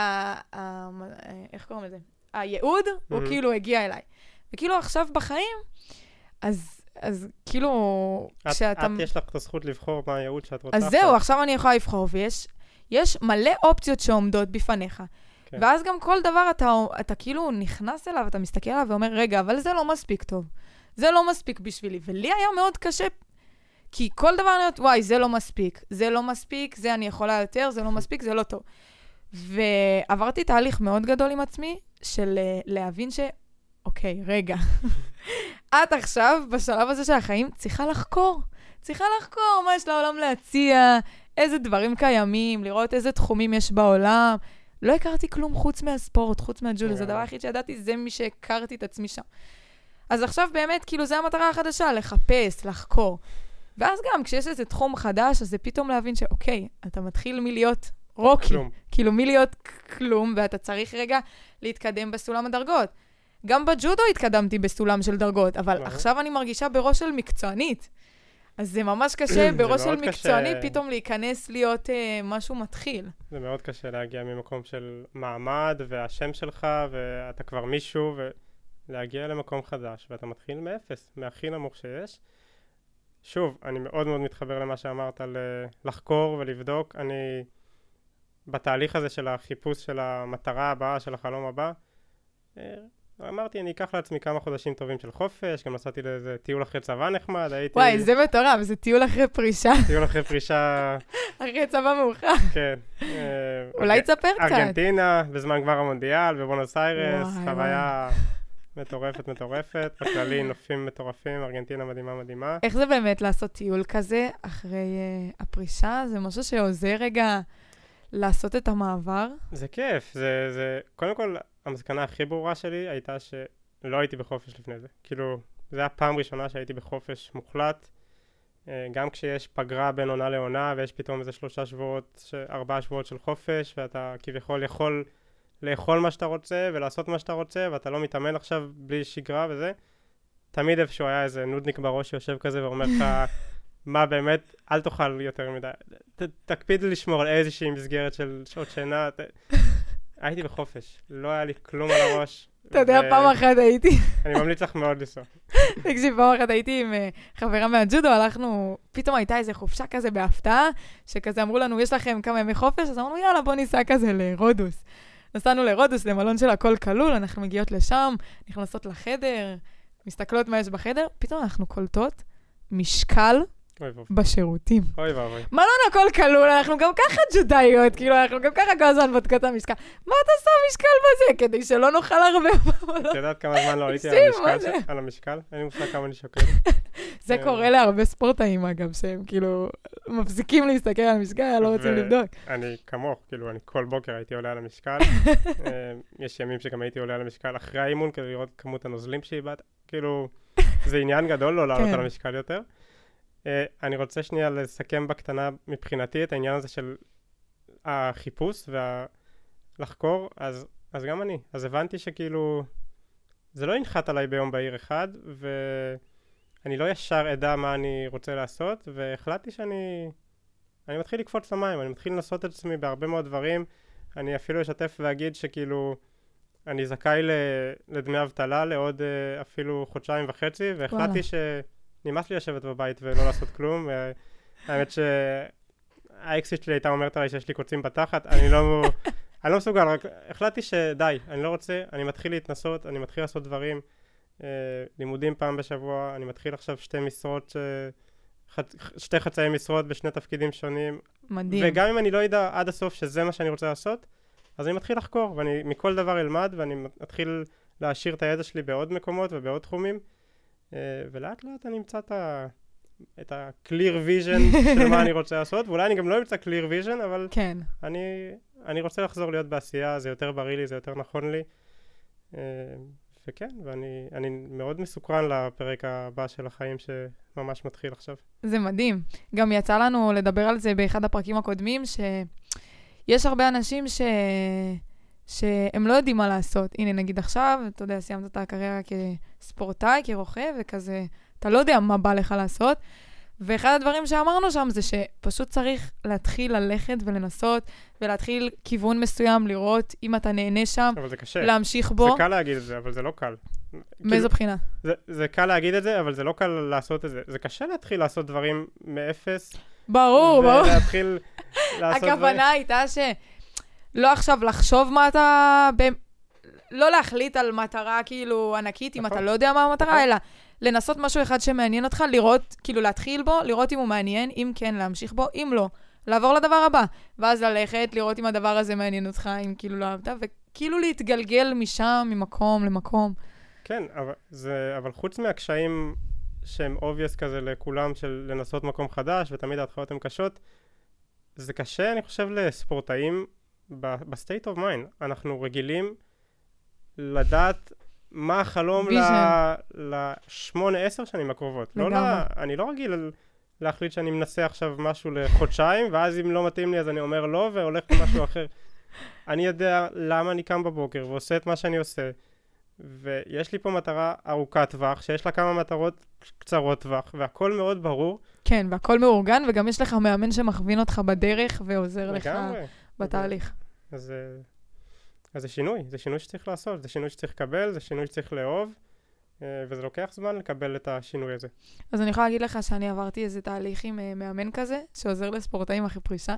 איך קוראים לזה? הייעוד הוא כאילו הגיע אליי. וכאילו עכשיו בחיים, אז, אז כאילו, כשאתה... את יש לך את הזכות לבחור מה הייעוד שאת רוצה. אז זהו, עכשיו אני יכולה לבחור, ויש יש מלא אופציות שעומדות בפניך. כן. ואז גם כל דבר אתה, אתה כאילו נכנס אליו, אתה מסתכל עליו ואומר, רגע, אבל זה לא מספיק טוב. זה לא מספיק בשבילי. ולי היה מאוד קשה, כי כל דבר אני אומרת, וואי, זה לא מספיק. זה לא מספיק, זה אני יכולה יותר, זה לא מספיק, זה לא טוב. ועברתי תהליך מאוד גדול עם עצמי, של להבין ש... אוקיי, רגע. את עכשיו, בשלב הזה של החיים, צריכה לחקור. צריכה לחקור מה יש לעולם להציע, איזה דברים קיימים, לראות איזה תחומים יש בעולם. לא הכרתי כלום חוץ מהספורט, חוץ מהג'ודו. זה הדבר היחיד שידעתי, זה מי שהכרתי את עצמי שם. אז עכשיו באמת, כאילו, זה המטרה החדשה, לחפש, לחקור. ואז גם, כשיש איזה תחום חדש, אז זה פתאום להבין שאוקיי, אתה מתחיל מלהיות רוקי. כלום. כאילו, מלהיות כלום, ואתה צריך רגע להתקדם בסולם הדרגות. גם בג'ודו התקדמתי בסולם של דרגות, אבל עכשיו אני מרגישה בראש של מקצוענית. אז זה ממש קשה בראש של מאוד מקצועני, קשה. פתאום להיכנס להיות אה, משהו מתחיל. זה מאוד קשה להגיע ממקום של מעמד והשם שלך, ואתה כבר מישהו, ולהגיע למקום חדש, ואתה מתחיל מאפס, מהכי נמוך שיש. שוב, אני מאוד מאוד מתחבר למה שאמרת על אה, לחקור ולבדוק. אני בתהליך הזה של החיפוש של המטרה הבאה, של החלום הבא, אה, אמרתי, אני אקח לעצמי כמה חודשים טובים של חופש, גם נסעתי לאיזה טיול אחרי צבא נחמד, הייתי... וואי, זה מטורף, זה טיול אחרי פרישה, טיול אחרי פרישה, אחרי צבא מאוחר. כן. אה, אולי תספר קצת. ארגנטינה, בזמן גמר המונדיאל, בבונוס איירס, וואי, חוויה מטורפת, מטורפת. בכללי, נופים מטורפים, ארגנטינה מדהימה, מדהימה. איך זה באמת לעשות טיול כזה אחרי uh, הפרישה? זה משהו שעוזר רגע לעשות את המעבר? זה כיף, זה, זה, קודם כל, המסקנה הכי ברורה שלי הייתה שלא הייתי בחופש לפני זה. כאילו, זה היה פעם ראשונה שהייתי בחופש מוחלט, גם כשיש פגרה בין עונה לעונה, ויש פתאום איזה שלושה שבועות, ארבעה שבועות של חופש, ואתה כביכול יכול לאכול מה שאתה רוצה, ולעשות מה שאתה רוצה, ואתה לא מתאמן עכשיו בלי שגרה וזה. תמיד איפשהו היה איזה נודניק בראש שיושב כזה ואומר לך, מה באמת, אל תאכל יותר מדי. ת, תקפיד לשמור על איזושהי מסגרת של שעות שינה. ת... הייתי בחופש, לא היה לי כלום על הראש. אתה יודע, ו... פעם אחת הייתי... אני ממליץ לך מאוד לנסוע. תקשיב, פעם אחת הייתי עם uh, חברה מהג'ודו, הלכנו, פתאום הייתה איזו חופשה כזה בהפתעה, שכזה אמרו לנו, יש לכם כמה ימי חופש, אז אמרנו, יאללה, בוא ניסע כזה לרודוס. נסענו לרודוס, למלון של הכל כלול, אנחנו מגיעות לשם, נכנסות לחדר, מסתכלות מה יש בחדר, פתאום אנחנו קולטות משקל בשירותים. אוי ואבוי. מלון הכל כלול, אנחנו גם ככה ג'ודאיות, כאילו, אנחנו גם ככה כל הזמן בודקות המשקל. מה אתה שם משקל בזה? כדי שלא נאכל הרבה במלון. את יודעת כמה זמן לא עליתי על המשקל? אין לי מושג כמה אני שוקל. זה קורה להרבה ספורטאים, אגב, שהם כאילו מפסיקים להסתכל על המשקל, לא רוצים לבדוק. אני כמוך, כאילו, אני כל בוקר הייתי עולה על המשקל. יש ימים שגם הייתי עולה על המשקל אחרי האימון, כדי לראות כמות הנוזלים שאיבדת. כאילו, זה עניין גדול לא לעלות על המשקל יותר. אני רוצה שנייה לסכם בקטנה מבחינתי את העניין הזה של החיפוש והלחקור, אז, אז גם אני. אז הבנתי שכאילו, זה לא ינחת עליי ביום בהיר אחד, ואני לא ישר אדע מה אני רוצה לעשות, והחלטתי שאני אני מתחיל לקפוץ למים, אני מתחיל לנסות את עצמי בהרבה מאוד דברים. אני אפילו אשתף ואגיד שכאילו, אני זכאי לדמי אבטלה לעוד אפילו חודשיים וחצי, והחלטתי ש... נמאס לי לשבת בבית ולא לעשות כלום. האמת שהאקסיט שלי הייתה אומרת עליי שיש לי קוצים בתחת, אני לא, אני לא מסוגל, רק החלטתי שדי, אני לא רוצה, אני מתחיל להתנסות, אני מתחיל לעשות דברים, לימודים פעם בשבוע, אני מתחיל עכשיו שתי משרות, שתי חצאי משרות בשני תפקידים שונים. מדהים. וגם אם אני לא יודע עד הסוף שזה מה שאני רוצה לעשות, אז אני מתחיל לחקור, ואני מכל דבר אלמד, ואני מתחיל להשאיר את הידע שלי בעוד מקומות ובעוד תחומים. ולאט לאט אני אמצא את ה-clear vision של מה אני רוצה לעשות, ואולי אני גם לא אמצא clear vision, אבל כן. אני, אני רוצה לחזור להיות בעשייה, זה יותר בריא לי, זה יותר נכון לי. וכן, ואני אני מאוד מסוקרן לפרק הבא של החיים שממש מתחיל עכשיו. זה מדהים. גם יצא לנו לדבר על זה באחד הפרקים הקודמים, שיש הרבה אנשים ש... שהם לא יודעים מה לעשות. הנה, נגיד עכשיו, אתה יודע, סיימת את הקריירה כספורטאי, כרוכב, וכזה, אתה לא יודע מה בא לך לעשות. ואחד הדברים שאמרנו שם זה שפשוט צריך להתחיל ללכת ולנסות, ולהתחיל כיוון מסוים, לראות אם אתה נהנה שם, אבל זה קשה. להמשיך בו. זה קל להגיד את זה, אבל זה לא קל. מאיזו בחינה? זה, זה קל להגיד את זה, אבל זה לא קל לעשות את זה. זה קשה להתחיל לעשות דברים מאפס. ברור, ברור. ולהתחיל לעשות דברים. הכוונה הייתה ש... לא עכשיו לחשוב מה אתה... ב... לא להחליט על מטרה כאילו ענקית, אם אתה לא יודע מה המטרה, אלא לנסות משהו אחד שמעניין אותך, לראות, כאילו להתחיל בו, לראות אם הוא מעניין, אם כן, להמשיך בו, אם לא, לעבור לדבר הבא. ואז ללכת, לראות אם הדבר הזה מעניין אותך, אם כאילו לא אהבת, וכאילו להתגלגל משם, ממקום למקום. כן, אבל, זה, אבל חוץ מהקשיים שהם obvious כזה לכולם, של לנסות מקום חדש, ותמיד ההתחלות הן קשות, זה קשה, אני חושב, לספורטאים, ב-state of mind. אנחנו רגילים לדעת מה החלום לשמונה עשר שנים הקרובות. לא לה, אני לא רגיל להחליט שאני מנסה עכשיו משהו לחודשיים, ואז אם לא מתאים לי אז אני אומר לא, והולך למשהו אחר. אני יודע למה אני קם בבוקר ועושה את מה שאני עושה, ויש לי פה מטרה ארוכת טווח, שיש לה כמה מטרות קצרות טווח, והכל מאוד ברור. כן, והכל מאורגן, וגם יש לך מאמן שמכווין אותך בדרך ועוזר לך בתהליך. אז זה שינוי, זה שינוי שצריך לעשות, זה שינוי שצריך לקבל, זה שינוי שצריך לאהוב, וזה לוקח זמן לקבל את השינוי הזה. אז אני יכולה להגיד לך שאני עברתי איזה תהליך עם מאמן כזה, שעוזר לספורטאים אחרי פרישה.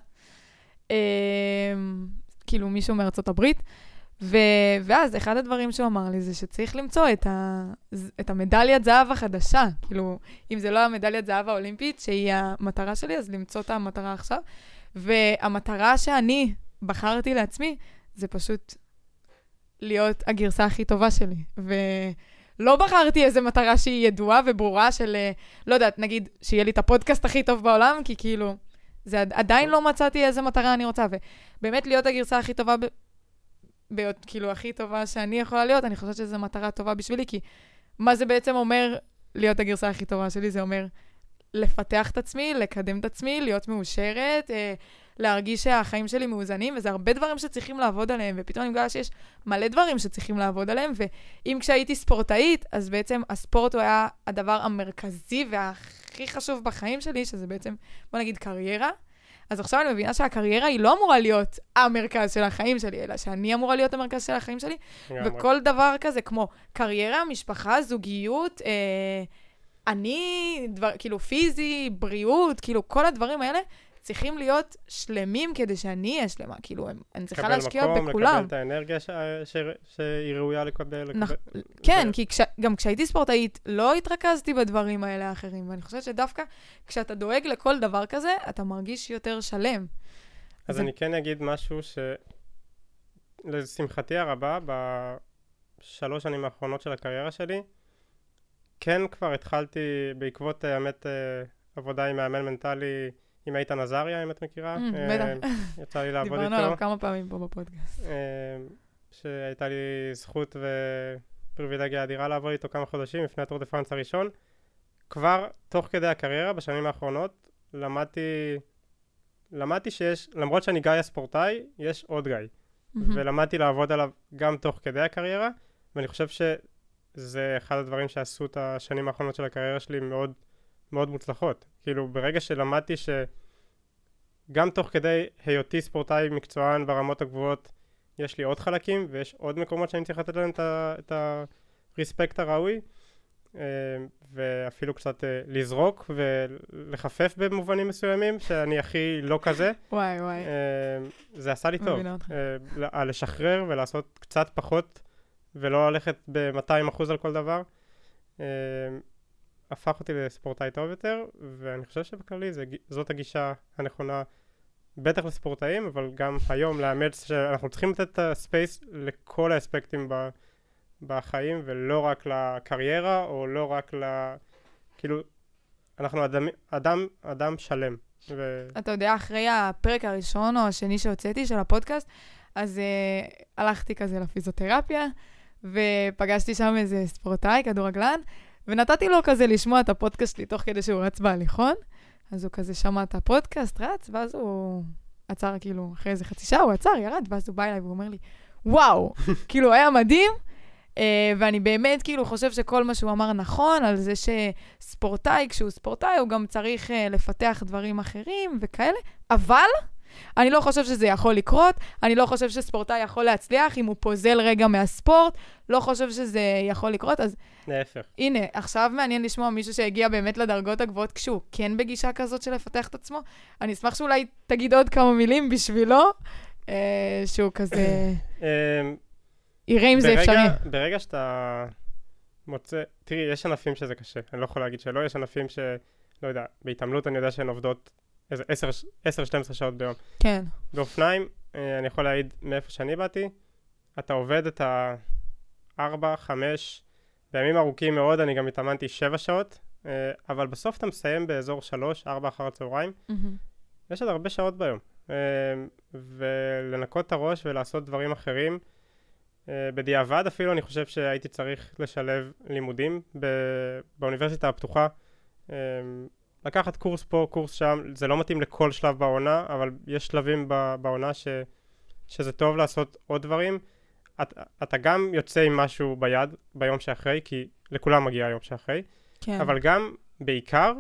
כאילו מישהו מארצות הברית, ו... ואז אחד הדברים שהוא אמר לי זה שצריך למצוא את, ה... את המדליית זהב החדשה. כאילו, אם זה לא המדליית זהב האולימפית, שהיא המטרה שלי, אז למצוא את המטרה עכשיו. והמטרה שאני בחרתי לעצמי, זה פשוט להיות הגרסה הכי טובה שלי. ולא בחרתי איזו מטרה שהיא ידועה וברורה של, לא יודעת, נגיד, שיהיה לי את הפודקאסט הכי טוב בעולם, כי כאילו, זה עדיין לא מצאתי איזו מטרה אני רוצה. ובאמת להיות הגרסה הכי טובה ב... להיות כאילו הכי טובה שאני יכולה להיות, אני חושבת שזו מטרה טובה בשבילי, כי מה זה בעצם אומר להיות הגרסה הכי טובה שלי? זה אומר לפתח את עצמי, לקדם את עצמי, להיות מאושרת, אה, להרגיש שהחיים שלי מאוזנים, וזה הרבה דברים שצריכים לעבוד עליהם, ופתאום אני מגלה שיש מלא דברים שצריכים לעבוד עליהם, ואם כשהייתי ספורטאית, אז בעצם הספורט הוא היה הדבר המרכזי והכי חשוב בחיים שלי, שזה בעצם, בוא נגיד, קריירה. אז עכשיו אני מבינה שהקריירה היא לא אמורה להיות המרכז של החיים שלי, אלא שאני אמורה להיות המרכז של החיים שלי, וכל דבר כזה, כמו קריירה, משפחה, זוגיות, אה, אני, דבר, כאילו פיזי, בריאות, כאילו כל הדברים האלה צריכים להיות שלמים כדי שאני אהיה שלמה, כאילו אני צריכה להשקיע בכולם. לקבל מקום, לקבל את האנרגיה ש... ש... שהיא ראויה לקבל. לקבל... נכ... כן, ו... כי כש... גם כשהייתי ספורטאית לא התרכזתי בדברים האלה האחרים, ואני חושבת שדווקא כשאתה דואג לכל דבר כזה, אתה מרגיש יותר שלם. אז זה... אני כן אגיד משהו שלשמחתי הרבה, בשלוש שנים האחרונות של הקריירה שלי, כן כבר התחלתי בעקבות האמת עבודה עם מאמן מנטלי, עם איתן עזריה, אם את מכירה. בטח. יצא לי לעבוד איתו. דיברנו עליו כמה פעמים פה בפודקאסט. שהייתה לי זכות ופריבילגיה אדירה לעבוד איתו כמה חודשים לפני הטור דה פרנס הראשון. כבר תוך כדי הקריירה, בשנים האחרונות, למדתי, למדתי שיש, למרות שאני גיא הספורטאי, יש עוד גיא. ולמדתי לעבוד עליו גם תוך כדי הקריירה, ואני חושב שזה אחד הדברים שעשו את השנים האחרונות של הקריירה שלי מאוד מאוד מוצלחות. כאילו, ברגע שלמדתי שגם תוך כדי היותי ספורטאי מקצוען ברמות הגבוהות, יש לי עוד חלקים, ויש עוד מקומות שאני צריך לתת להם את הרספקט הראוי, ואפילו קצת לזרוק ולחפף במובנים מסוימים, שאני הכי לא כזה. וואי, וואי. זה עשה לי טוב. לשחרר ולעשות קצת פחות, ולא ללכת ב-מאתיים אחוז על כל דבר. הפך אותי לספורטאי טוב יותר, ואני חושב שבכללי זה, זאת הגישה הנכונה, בטח לספורטאים, אבל גם היום לאמץ שאנחנו צריכים לתת את הספייס לכל האספקטים ב, בחיים, ולא רק לקריירה, או לא רק ל... כאילו, אנחנו אדם, אדם, אדם שלם. ו... אתה יודע, אחרי הפרק הראשון או השני שהוצאתי של הפודקאסט, אז uh, הלכתי כזה לפיזיותרפיה, ופגשתי שם איזה ספורטאי, כדורגלן, ונתתי לו כזה לשמוע את הפודקאסט שלי תוך כדי שהוא רץ בהליכון, אז הוא כזה שמע את הפודקאסט, רץ, ואז הוא עצר כאילו, אחרי איזה חצי שעה הוא עצר, ירד, ואז הוא בא אליי והוא אומר לי, וואו, כאילו היה מדהים, uh, ואני באמת כאילו חושב שכל מה שהוא אמר נכון, על זה שספורטאי, כשהוא ספורטאי, הוא גם צריך uh, לפתח דברים אחרים וכאלה, אבל אני לא חושב שזה יכול לקרות, אני לא חושב שספורטאי יכול להצליח, אם הוא פוזל רגע מהספורט, לא חושב שזה יכול לקרות, אז... להפך. הנה, עכשיו מעניין לשמוע מישהו שהגיע באמת לדרגות הגבוהות, כשהוא כן בגישה כזאת של לפתח את עצמו. אני אשמח שאולי תגיד עוד כמה מילים בשבילו, אה, שהוא כזה... יראה אם זה אפשרי. ברגע שאתה מוצא... תראי, יש ענפים שזה קשה, אני לא יכול להגיד שלא, יש ענפים ש... לא יודע, בהתעמלות אני יודע שהן עובדות איזה עשר שתים עשרה שעות ביום. כן. באופניים, אני יכול להעיד מאיפה שאני באתי, אתה עובד את ה-ארבע, חמש, בימים ארוכים מאוד, אני גם התאמנתי שבע שעות, אבל בסוף אתה מסיים באזור שלוש, ארבע אחר הצהריים. יש עוד הרבה שעות ביום. ולנקות את הראש ולעשות דברים אחרים. בדיעבד אפילו אני חושב שהייתי צריך לשלב לימודים באוניברסיטה הפתוחה. לקחת קורס פה, קורס שם, זה לא מתאים לכל שלב בעונה, אבל יש שלבים בעונה ש, שזה טוב לעשות עוד דברים. אתה, אתה גם יוצא עם משהו ביד ביום שאחרי, כי לכולם מגיע היום שאחרי, כן. אבל גם בעיקר,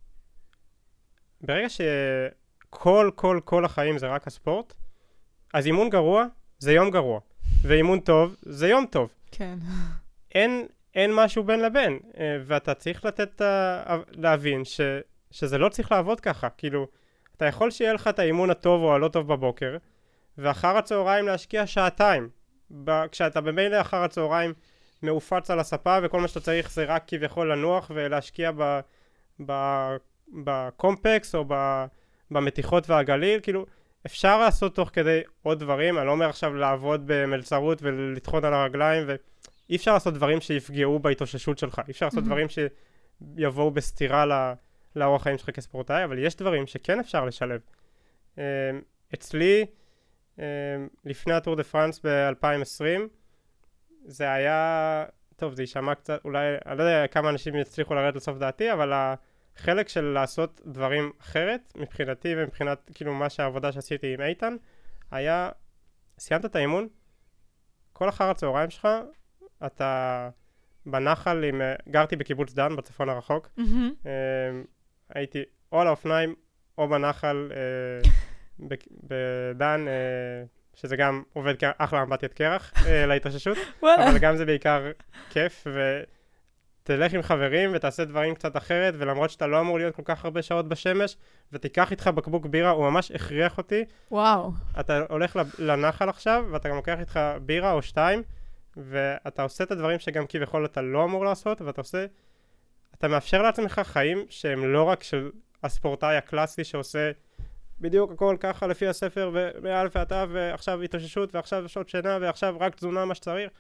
ברגע שכל, כל, כל החיים זה רק הספורט, אז אימון גרוע זה יום גרוע, ואימון טוב זה יום טוב. כן. אין, אין משהו בין לבין, ואתה צריך לתת, להבין ש, שזה לא צריך לעבוד ככה, כאילו, אתה יכול שיהיה לך את האימון הטוב או הלא טוב בבוקר, ואחר הצהריים להשקיע שעתיים, ב, כשאתה במילא אחר הצהריים מעופץ על הספה, וכל מה שאתה צריך זה רק כביכול לנוח ולהשקיע ב, ב, בקומפקס או ב, במתיחות והגליל, כאילו, אפשר לעשות תוך כדי עוד דברים, אני לא אומר עכשיו לעבוד במלצרות ולטחון על הרגליים, ואי אפשר לעשות דברים שיפגעו בהתאוששות שלך, אי אפשר לעשות דברים שיבואו בסתירה ל... לאורח חיים שלך כספורטאי, אבל יש דברים שכן אפשר לשלב. אצלי, לפני הטור דה פרנס ב-אלפיים ועשרים, זה היה, טוב, זה יישמע קצת, אולי, אני לא יודע כמה אנשים יצליחו לרדת לסוף דעתי, אבל החלק של לעשות דברים אחרת, מבחינתי ומבחינת, כאילו, מה שהעבודה שעשיתי עם איתן, היה, סיימת את האימון, כל אחר הצהריים שלך, אתה בנחל עם, גרתי בקיבוץ דן, בצפון הרחוק, mm-hmm. הייתי או על האופניים או בנחל בדן, שזה גם עובד כאחלה אמבטיית קרח להתאוששות, אבל גם זה בעיקר כיף, ותלך עם חברים ותעשה דברים קצת אחרת, ולמרות שאתה לא אמור להיות כל כך הרבה שעות בשמש, ותיקח איתך בקבוק בירה, הוא ממש הכריח אותי. וואו. אתה הולך לנחל עכשיו, ואתה גם לוקח איתך בירה או שתיים, ואתה עושה את הדברים שגם כביכול אתה לא אמור לעשות, ואתה עושה, אתה מאפשר לעצמך חיים שהם לא רק של הספורטאי הקלאסי שעושה בדיוק הכל ככה לפי הספר, ומאלף ועתה, ועכשיו התאוששות, ועכשיו שעות שינה, ועכשיו רק תזונה מה שצריך.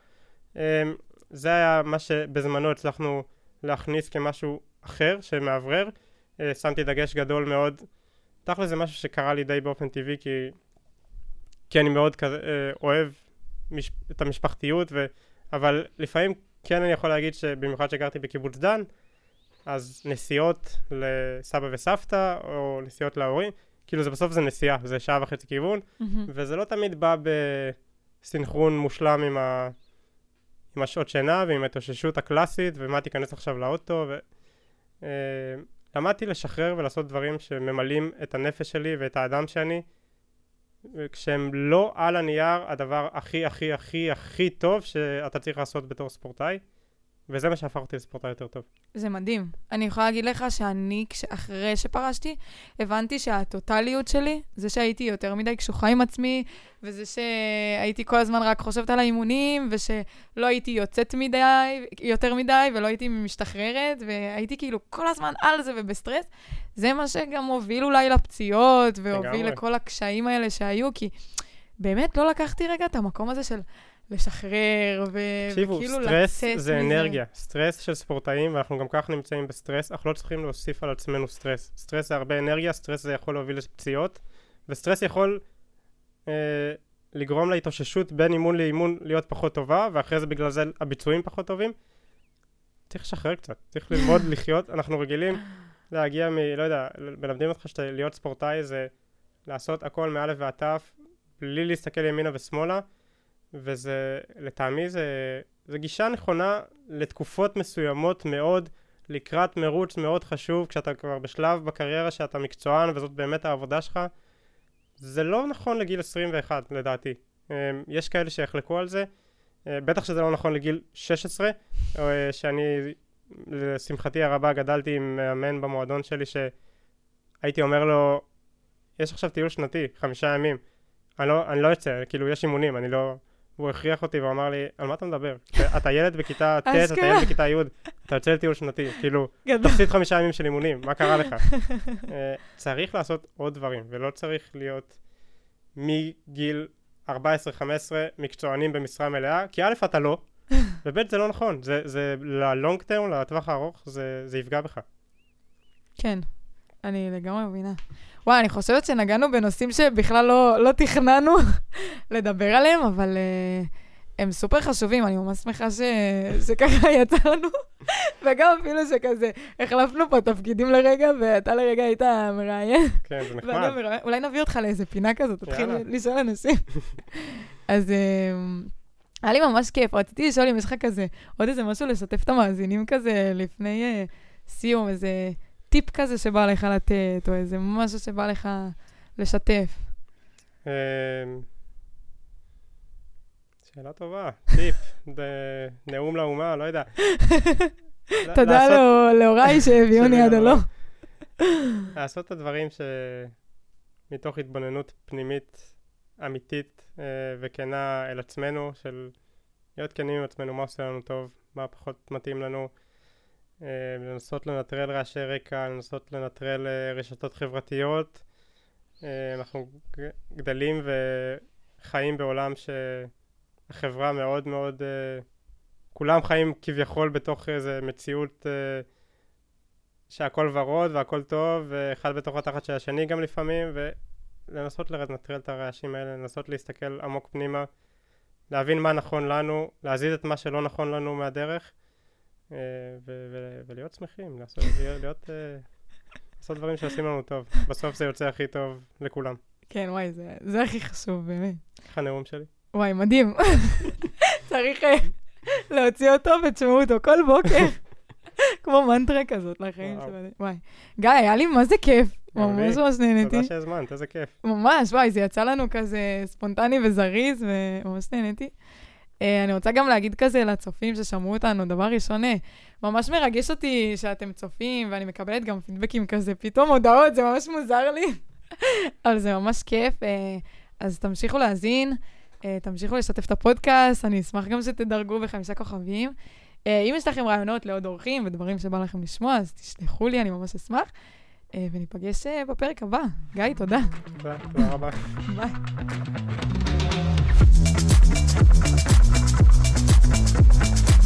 זה היה מה שבזמנו הצלחנו להכניס כמשהו אחר, שמעברר. שמתי דגש גדול מאוד. תכל'ס זה משהו שקרה לי די באופן טבעי, כי, כי אני מאוד כזה, אוהב מש... את המשפחתיות, ו... אבל לפעמים כן אני יכול להגיד שבמיוחד שגרתי בקיבוץ דן, אז נסיעות לסבא וסבתא, או נסיעות להורים, כאילו זה בסוף זה נסיעה, זה שעה וחצי כיוון, mm-hmm. וזה לא תמיד בא בסינכרון מושלם עם, ה... עם השעות שינה, ועם ההתאוששות הקלאסית, ומה תיכנס עכשיו לאוטו, ו... אה... למדתי לשחרר ולעשות דברים שממלאים את הנפש שלי ואת האדם שאני, כשהם לא על הנייר הדבר הכי הכי הכי הכי טוב שאתה צריך לעשות בתור ספורטאי, וזה מה שהפך אותי לספורטאי יותר טוב. זה מדהים. אני יכולה להגיד לך שאני, אחרי שפרשתי, הבנתי שהטוטליות שלי, זה שהייתי יותר מדי קשוחה עם עצמי, וזה שהייתי כל הזמן רק חושבת על האימונים, ושלא הייתי יוצאת מדי, יותר מדי, ולא הייתי משתחררת, והייתי כאילו כל הזמן על זה ובסטרס. זה מה שגם הוביל אולי לפציעות, והוביל לכל הקשיים האלה שהיו, כי באמת לא לקחתי רגע את המקום הזה של לשחרר, וכאילו לצאת מזה. סטרס זה אנרגיה. סטרס של ספורטאים, ואנחנו גם כך נמצאים בסטרס, אנחנו לא צריכים להוסיף על עצמנו סטרס. סטרס זה הרבה אנרגיה, סטרס זה יכול להוביל לפציעות, וסטרס יכול אה, לגרום להתאוששות בין אימון לאימון להיות פחות טובה, ואחרי זה בגלל זה הביצועים פחות טובים. צריך לשחרר קצת, צריך ללמוד לחיות. אנחנו רגילים להגיע מ... לא יודע, מלמדים אותך שאתה להיות ספורטאי זה לעשות הכל מאלף ועד תף, בלי להסתכל ימינה ושמאלה, וזה, לטעמי, זה, זה גישה נכונה לתקופות מסוימות מאוד, לקראת מרוץ מאוד חשוב, כשאתה כבר בשלב בקריירה שאתה מקצוען, וזאת באמת העבודה שלך. זה לא נכון לגיל עשרים ואחת, לדעתי. יש כאלה שיחלקו על זה. בטח שזה לא נכון לגיל שש עשרה, שאני, לשמחתי הרבה, גדלתי עם מאמן במועדון שלי, שהייתי אומר לו, יש עכשיו טיול שנתי, חמישה ימים. אני לא, אני לא יוצא, כאילו יש אימונים, אני לא... והוא הכריח אותי ואמר לי, על מה אתה מדבר? אתה ילד בכיתה ט', אתה ילד בכיתה י', אתה יוצא לטיול שנתי, כאילו, תפסיד חמישה ימים של אימונים, מה קרה לך? צריך לעשות עוד דברים, ולא צריך להיות מגיל ארבע עשרה חמש עשרה מקצוענים במשרה מלאה, כי א' אתה לא, וב' זה לא נכון, זה ללונג טרם, לטווח הארוך, זה יפגע בך. כן, אני לגמרי מבינה. וואי, אני חושבת שנגענו בנושאים שבכלל לא, לא תכננו לדבר עליהם, אבל uh, הם סופר חשובים. אני ממש שמחה ש... שככה יצא לנו, וגם אפילו שכזה, החלפנו פה תפקידים לרגע, ואתה לרגע היית מראיין. כן, זה נחמד. אולי נביא אותך לאיזה פינה כזאת, תתחיל לשאול אנשים. אז uh, היה לי ממש כיף, רציתי לשאול אם יש לך כזה, עוד איזה משהו לשתף את המאזינים כזה לפני uh, סיום, איזה טיפ כזה שבא לך לתת, או איזה משהו שבא לך לשתף. שאלה טובה, טיפ, נאום לאומה, לא יודע. תודה להוריי שהביאוני עד הלא. לעשות את הדברים שמתוך התבוננות פנימית אמיתית וכנה אל עצמנו, של להיות כנים עם עצמנו, מה עושה לנו טוב, מה פחות מתאים לנו, לנסות לנטרל רעשי רקע, לנסות לנטרל רשתות חברתיות. אנחנו גדלים וחיים בעולם שהחברה מאוד מאוד, כולם חיים כביכול בתוך איזו מציאות שהכל ורוד והכל טוב, ואחד בתוך התחת של השני גם לפעמים, ולנסות לנטרל את הרעשים האלה, לנסות להסתכל עמוק פנימה, להבין מה נכון לנו, להזיז את מה שלא נכון לנו מהדרך, ו- ו- ולהיות שמחים, לעשות, להיות, לעשות דברים שעושים לנו טוב. בסוף זה יוצא הכי טוב לכולם. כן, וואי, זה, זה הכי חשוב, באמת. איך הנאום שלי? וואי, מדהים. צריך להוציא אותו ותשמעו אותו כל בוקר. כמו מנטרה כזאת לחיים שלנו. וואי. גיא, היה לי מה זה כיף. ממש ממש נהניתי. תודה שהזמנת, איזה כיף. ממש, וואי, זה יצא לנו כזה ספונטני וזריז, וממש נהניתי. אני רוצה גם להגיד כזה לצופים ששמעו אותנו, דבר ראשון, ממש מרגש אותי שאתם צופים, ואני מקבלת גם פידבקים כזה, פתאום הודעות, זה ממש מוזר לי. אבל זה ממש כיף. אז תמשיכו להאזין, תמשיכו לשתף את הפודקאסט, אני אשמח גם שתדרגו בחמישה כוכבים. אם יש לכם רעיונות לעוד אורחים ודברים שבא לכם לשמוע, אז תשלחו לי, אני ממש אשמח. וניפגש בפרק הבא. גיא, תודה. תודה, תודה רבה. ביי.